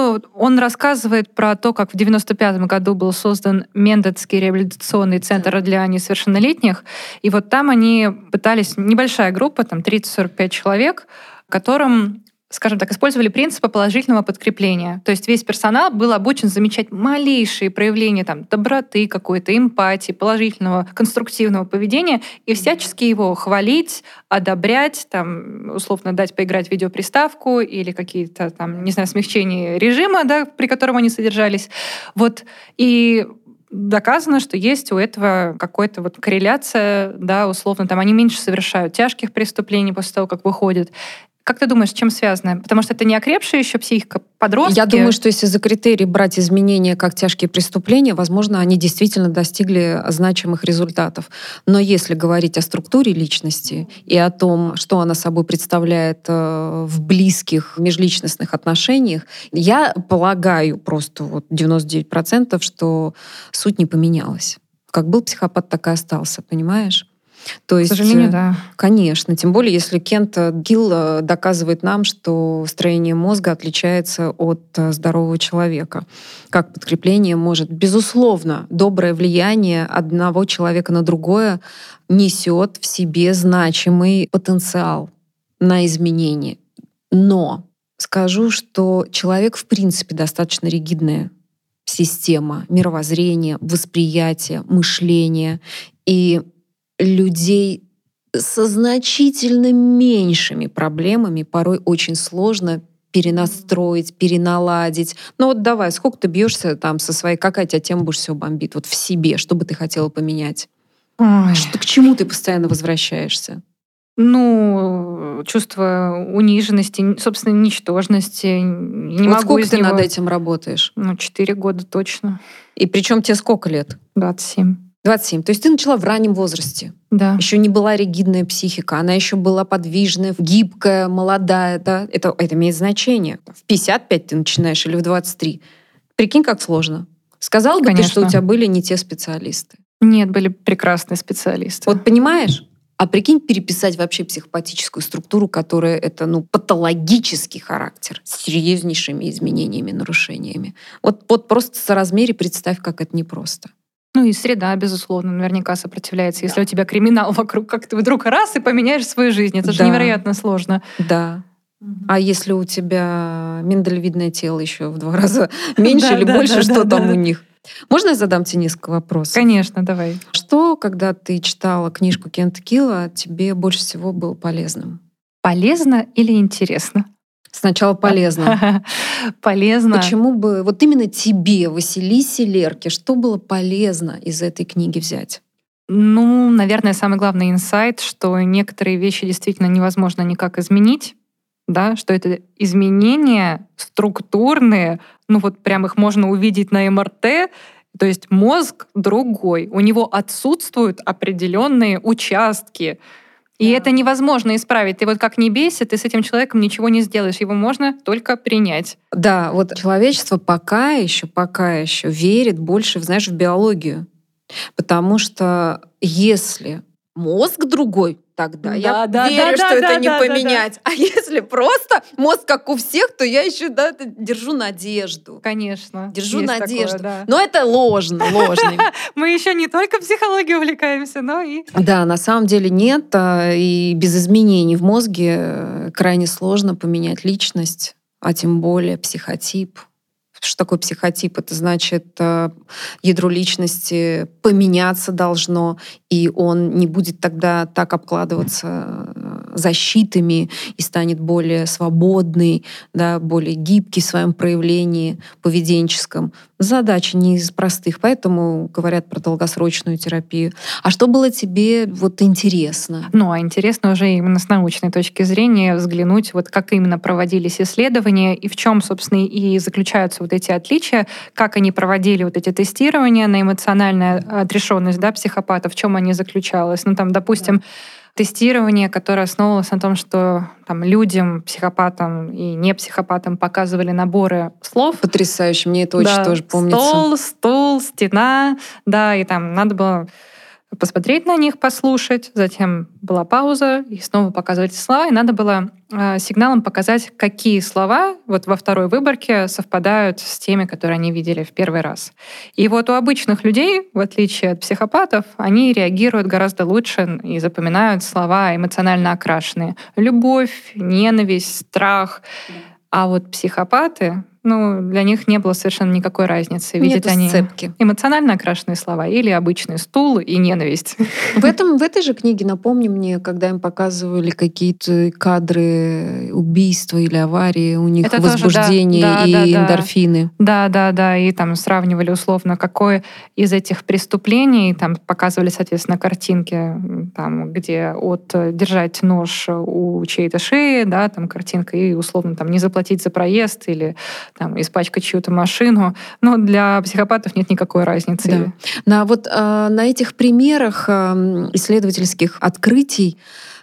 Он рассказывает про то, как в 1995 году был создан Мендетский реабилитационный центр для несовершеннолетних. И вот там они пытались, небольшая группа, там 30-45 человек, которым скажем так, использовали принципы положительного подкрепления. То есть весь персонал был обучен замечать малейшие проявления там, доброты какой-то, эмпатии, положительного, конструктивного поведения и всячески его хвалить, одобрять, там, условно дать поиграть в видеоприставку или какие-то там, не знаю, смягчения режима, да, при котором они содержались. Вот. И доказано, что есть у этого какая-то вот корреляция, да, условно, там они меньше совершают тяжких преступлений после того, как выходят. Как ты думаешь, с чем связано? Потому что это не окрепшая еще психика подростки. Я думаю, что если за критерий брать изменения как тяжкие преступления, возможно, они действительно достигли значимых результатов. Но если говорить о структуре личности и о том, что она собой представляет в близких межличностных отношениях, я полагаю просто вот 99%, что суть не поменялась. Как был психопат, так и остался, понимаешь? То есть, к сожалению, да. Конечно. Тем более, если Кент Гилл доказывает нам, что строение мозга отличается от здорового человека. Как подкрепление может, безусловно, доброе влияние одного человека на другое несет в себе значимый потенциал на изменение. Но скажу, что человек в принципе достаточно ригидная система мировоззрения, восприятия, мышления. И людей со значительно меньшими проблемами порой очень сложно перенастроить, переналадить. Ну вот давай, сколько ты бьешься там со своей, какая тебя тема больше всего бомбит? Вот в себе, что бы ты хотела поменять? К чему ты постоянно возвращаешься? Ну, чувство униженности, собственно, ничтожности. Не вот могу сколько из ты него... над этим работаешь? 4 года точно. И причем тебе сколько лет? 27. 27. То есть ты начала в раннем возрасте. Да. Еще не была ригидная психика, она еще была подвижная, гибкая, молодая. Да? Это имеет значение. В 55 ты начинаешь или в 23. Прикинь, как сложно. Сказал бы ты, что у тебя были не те специалисты? Нет, были прекрасные специалисты. Вот понимаешь? А прикинь, переписать вообще психопатическую структуру, которая это патологический характер с серьезнейшими изменениями, нарушениями. Вот просто соразмере представь, как это непросто. Ну и среда, безусловно, наверняка сопротивляется. Если у тебя криминал вокруг, как ты вдруг раз и поменяешь свою жизнь. Это же невероятно сложно. Да. А если у тебя миндалевидное тело еще в 2 раза меньше или больше, что там у них? Можно я задам тебе несколько вопросов? Конечно, давай. Что, когда ты читала книжку Кента Гилла, тебе больше всего было полезным? Полезно или интересно? Сначала полезно. Полезно. Почему бы вот именно тебе, Василисе Лерке, что было полезно из этой книги взять? Ну, наверное, самый главный инсайт, что некоторые вещи действительно невозможно никак изменить, да, что это изменения структурные, прям их можно увидеть на МРТ, то есть мозг другой, у него отсутствуют определенные участки. И это невозможно исправить. Ты вот как не бейся, ты с этим человеком ничего не сделаешь. Его можно только принять. Да, вот человечество пока еще верит больше, знаешь, в биологию. Потому что если мозг другой, тогда я верю, что это не поменять. А если просто мозг как у всех, то я еще держу надежду. Конечно. Держу надежду. Такое, да. Но это ложно. Мы еще не только психологией увлекаемся, но и... Да, на самом деле нет. И без изменений в мозге крайне сложно поменять личность, а тем более психотип. Что такое психотип? Это значит, ядро личности поменяться должно, и он не будет тогда так обкладываться защитами и станет более свободный, да, более гибкий в своем проявлении поведенческом. Задача не из простых, поэтому говорят про долгосрочную терапию. А что было тебе интересно? А интересно уже именно с научной точки зрения взглянуть, как именно проводились исследования и в чем, собственно, и заключаются эти отличия, как они проводили эти тестирования на эмоциональную отрешенность, да, психопатов, в чем они заключалось. Допустим, тестирование, которое основывалось на том, что людям, психопатам и не психопатам показывали наборы слов. Потрясающе, мне это очень тоже помнится. Стол, стул, стена, да, и надо было посмотреть на них, послушать, затем была пауза, и снова показывать слова, и надо было сигналом показать, какие слова вот во второй выборке совпадают с теми, которые они видели в первый раз. И вот у обычных людей, в отличие от психопатов, они реагируют гораздо лучше и запоминают слова эмоционально окрашенные. Любовь, ненависть, страх. А вот психопаты, для них не было совершенно никакой разницы. Видят они сцепки. Эмоционально окрашенные слова или обычный стул и ненависть. В этой же книге, напомни мне, когда им показывали какие-то кадры убийства или аварии, у них это возбуждение и эндорфины. Да. И там сравнивали условно, какое из этих преступлений, там показывали, соответственно, картинки, там, где от держать нож у чьей-то шеи, да, там картинка, и условно там не заплатить за проезд или там, испачкать чью-то машину. Но для психопатов нет никакой разницы. Да. На этих примерах исследовательских открытий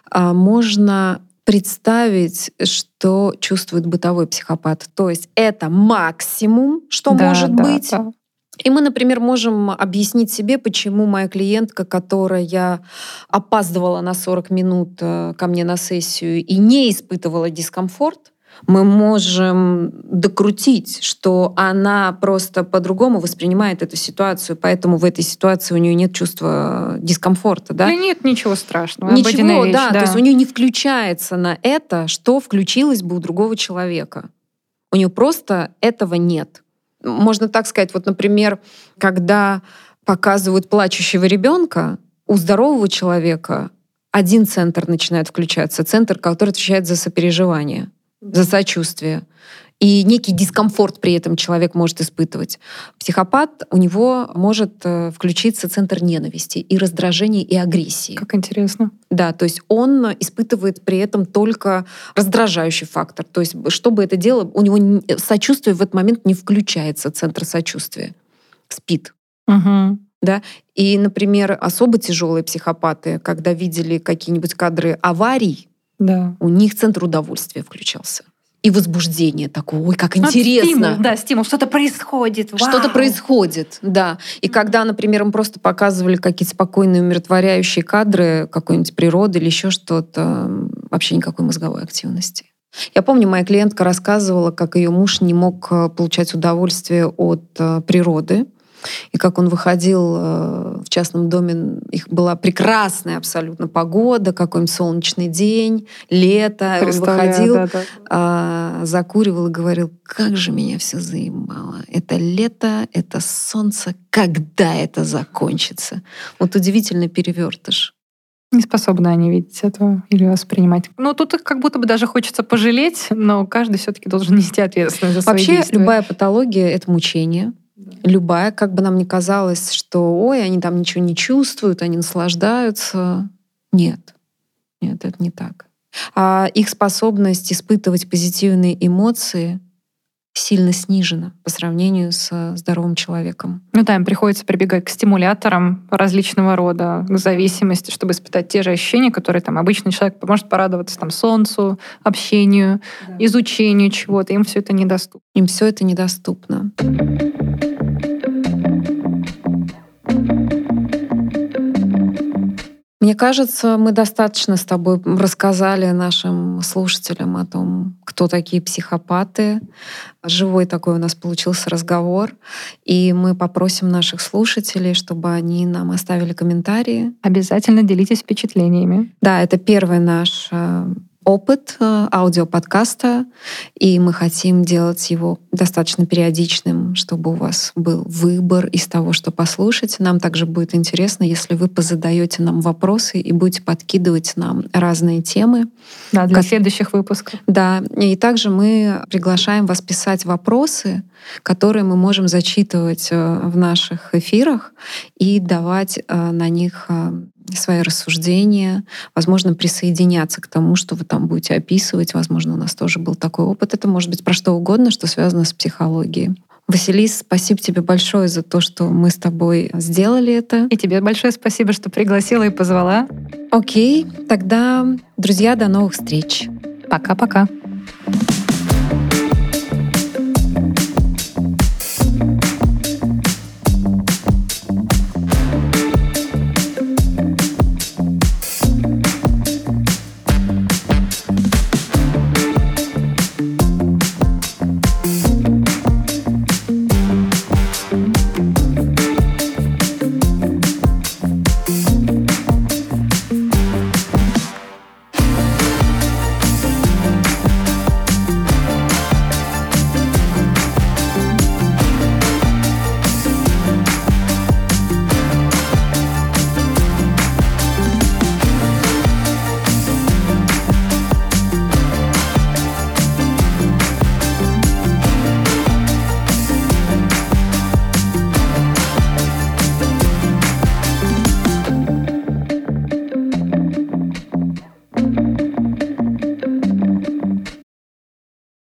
можно представить, что чувствует бытовой психопат. То есть это максимум, что может быть. Да. И мы, например, можем объяснить себе, почему моя клиентка, которая опаздывала на 40 минут ко мне на сессию и не испытывала дискомфорт, мы можем докрутить, что она просто по-другому воспринимает эту ситуацию, поэтому в этой ситуации у нее нет чувства дискомфорта. Да? Да нет ничего страшного. Ничего, вещь, да. То есть у нее не включается на это, что включилось бы у другого человека. У нее просто этого нет. Можно так сказать, вот, например, когда показывают плачущего ребенка, у здорового человека один центр начинает включаться, центр, который отвечает за сопереживание, за сочувствие. И некий дискомфорт при этом человек может испытывать. Психопат, у него может включиться центр ненависти и раздражения, и агрессии. Как интересно. Да, то есть он испытывает при этом только раздражающий фактор. То есть, чтобы это дело, у него сочувствие в этот момент не включается, центр сочувствия. Спит. Угу. Да? И, например, особо тяжелые психопаты, когда видели какие-нибудь кадры аварий, да. У них центр удовольствия включался. И возбуждение такое, ой, как интересно. Стимул, что-то происходит. Вау. Что-то происходит, да. И когда, например, им просто показывали какие-то спокойные, умиротворяющие кадры какой-нибудь природы или еще что-то, вообще никакой мозговой активности. Я помню, моя клиентка рассказывала, как ее муж не мог получать удовольствие от природы. И как он выходил в частном доме, их была прекрасная абсолютно погода, какой-нибудь солнечный день, лето. Он выходил, закуривал и говорил, как же меня все заебало. Это лето, это солнце, когда это закончится? Вот удивительный перевертыш. Не способны они видеть этого или воспринимать. Тут их как будто бы даже хочется пожалеть, но каждый все-таки должен нести ответственность за свои действия. Вообще любая патология — это мучение. Любая, как бы нам ни казалось, что ой, они там ничего не чувствуют, они наслаждаются. Нет, это не так. А их способность испытывать позитивные эмоции сильно снижена по сравнению с здоровым человеком. Им приходится прибегать к стимуляторам различного рода, к зависимости, чтобы испытать те же ощущения, которые обычный человек может порадоваться солнцу, общению, изучению чего-то. Им все это недоступно. Им все это недоступно. Мне кажется, мы достаточно с тобой рассказали нашим слушателям о том, кто такие психопаты. Живой такой у нас получился разговор. И мы попросим наших слушателей, чтобы они нам оставили комментарии. Обязательно делитесь впечатлениями. Да, это первый наш опыт аудиоподкаста, и мы хотим делать его достаточно периодичным, чтобы у вас был выбор из того, что послушать. Нам также будет интересно, если вы позадаете нам вопросы и будете подкидывать нам разные темы. Да, для следующих выпусков. Да, и также мы приглашаем вас писать вопросы, которые мы можем зачитывать в наших эфирах и давать на них свои рассуждения, возможно, присоединяться к тому, что вы там будете описывать. Возможно, у нас тоже был такой опыт. Это может быть про что угодно, что связано с психологией. Василис, спасибо тебе большое за то, что мы с тобой сделали это. И тебе большое спасибо, что пригласила и позвала. Окей, тогда, друзья, до новых встреч. Пока-пока.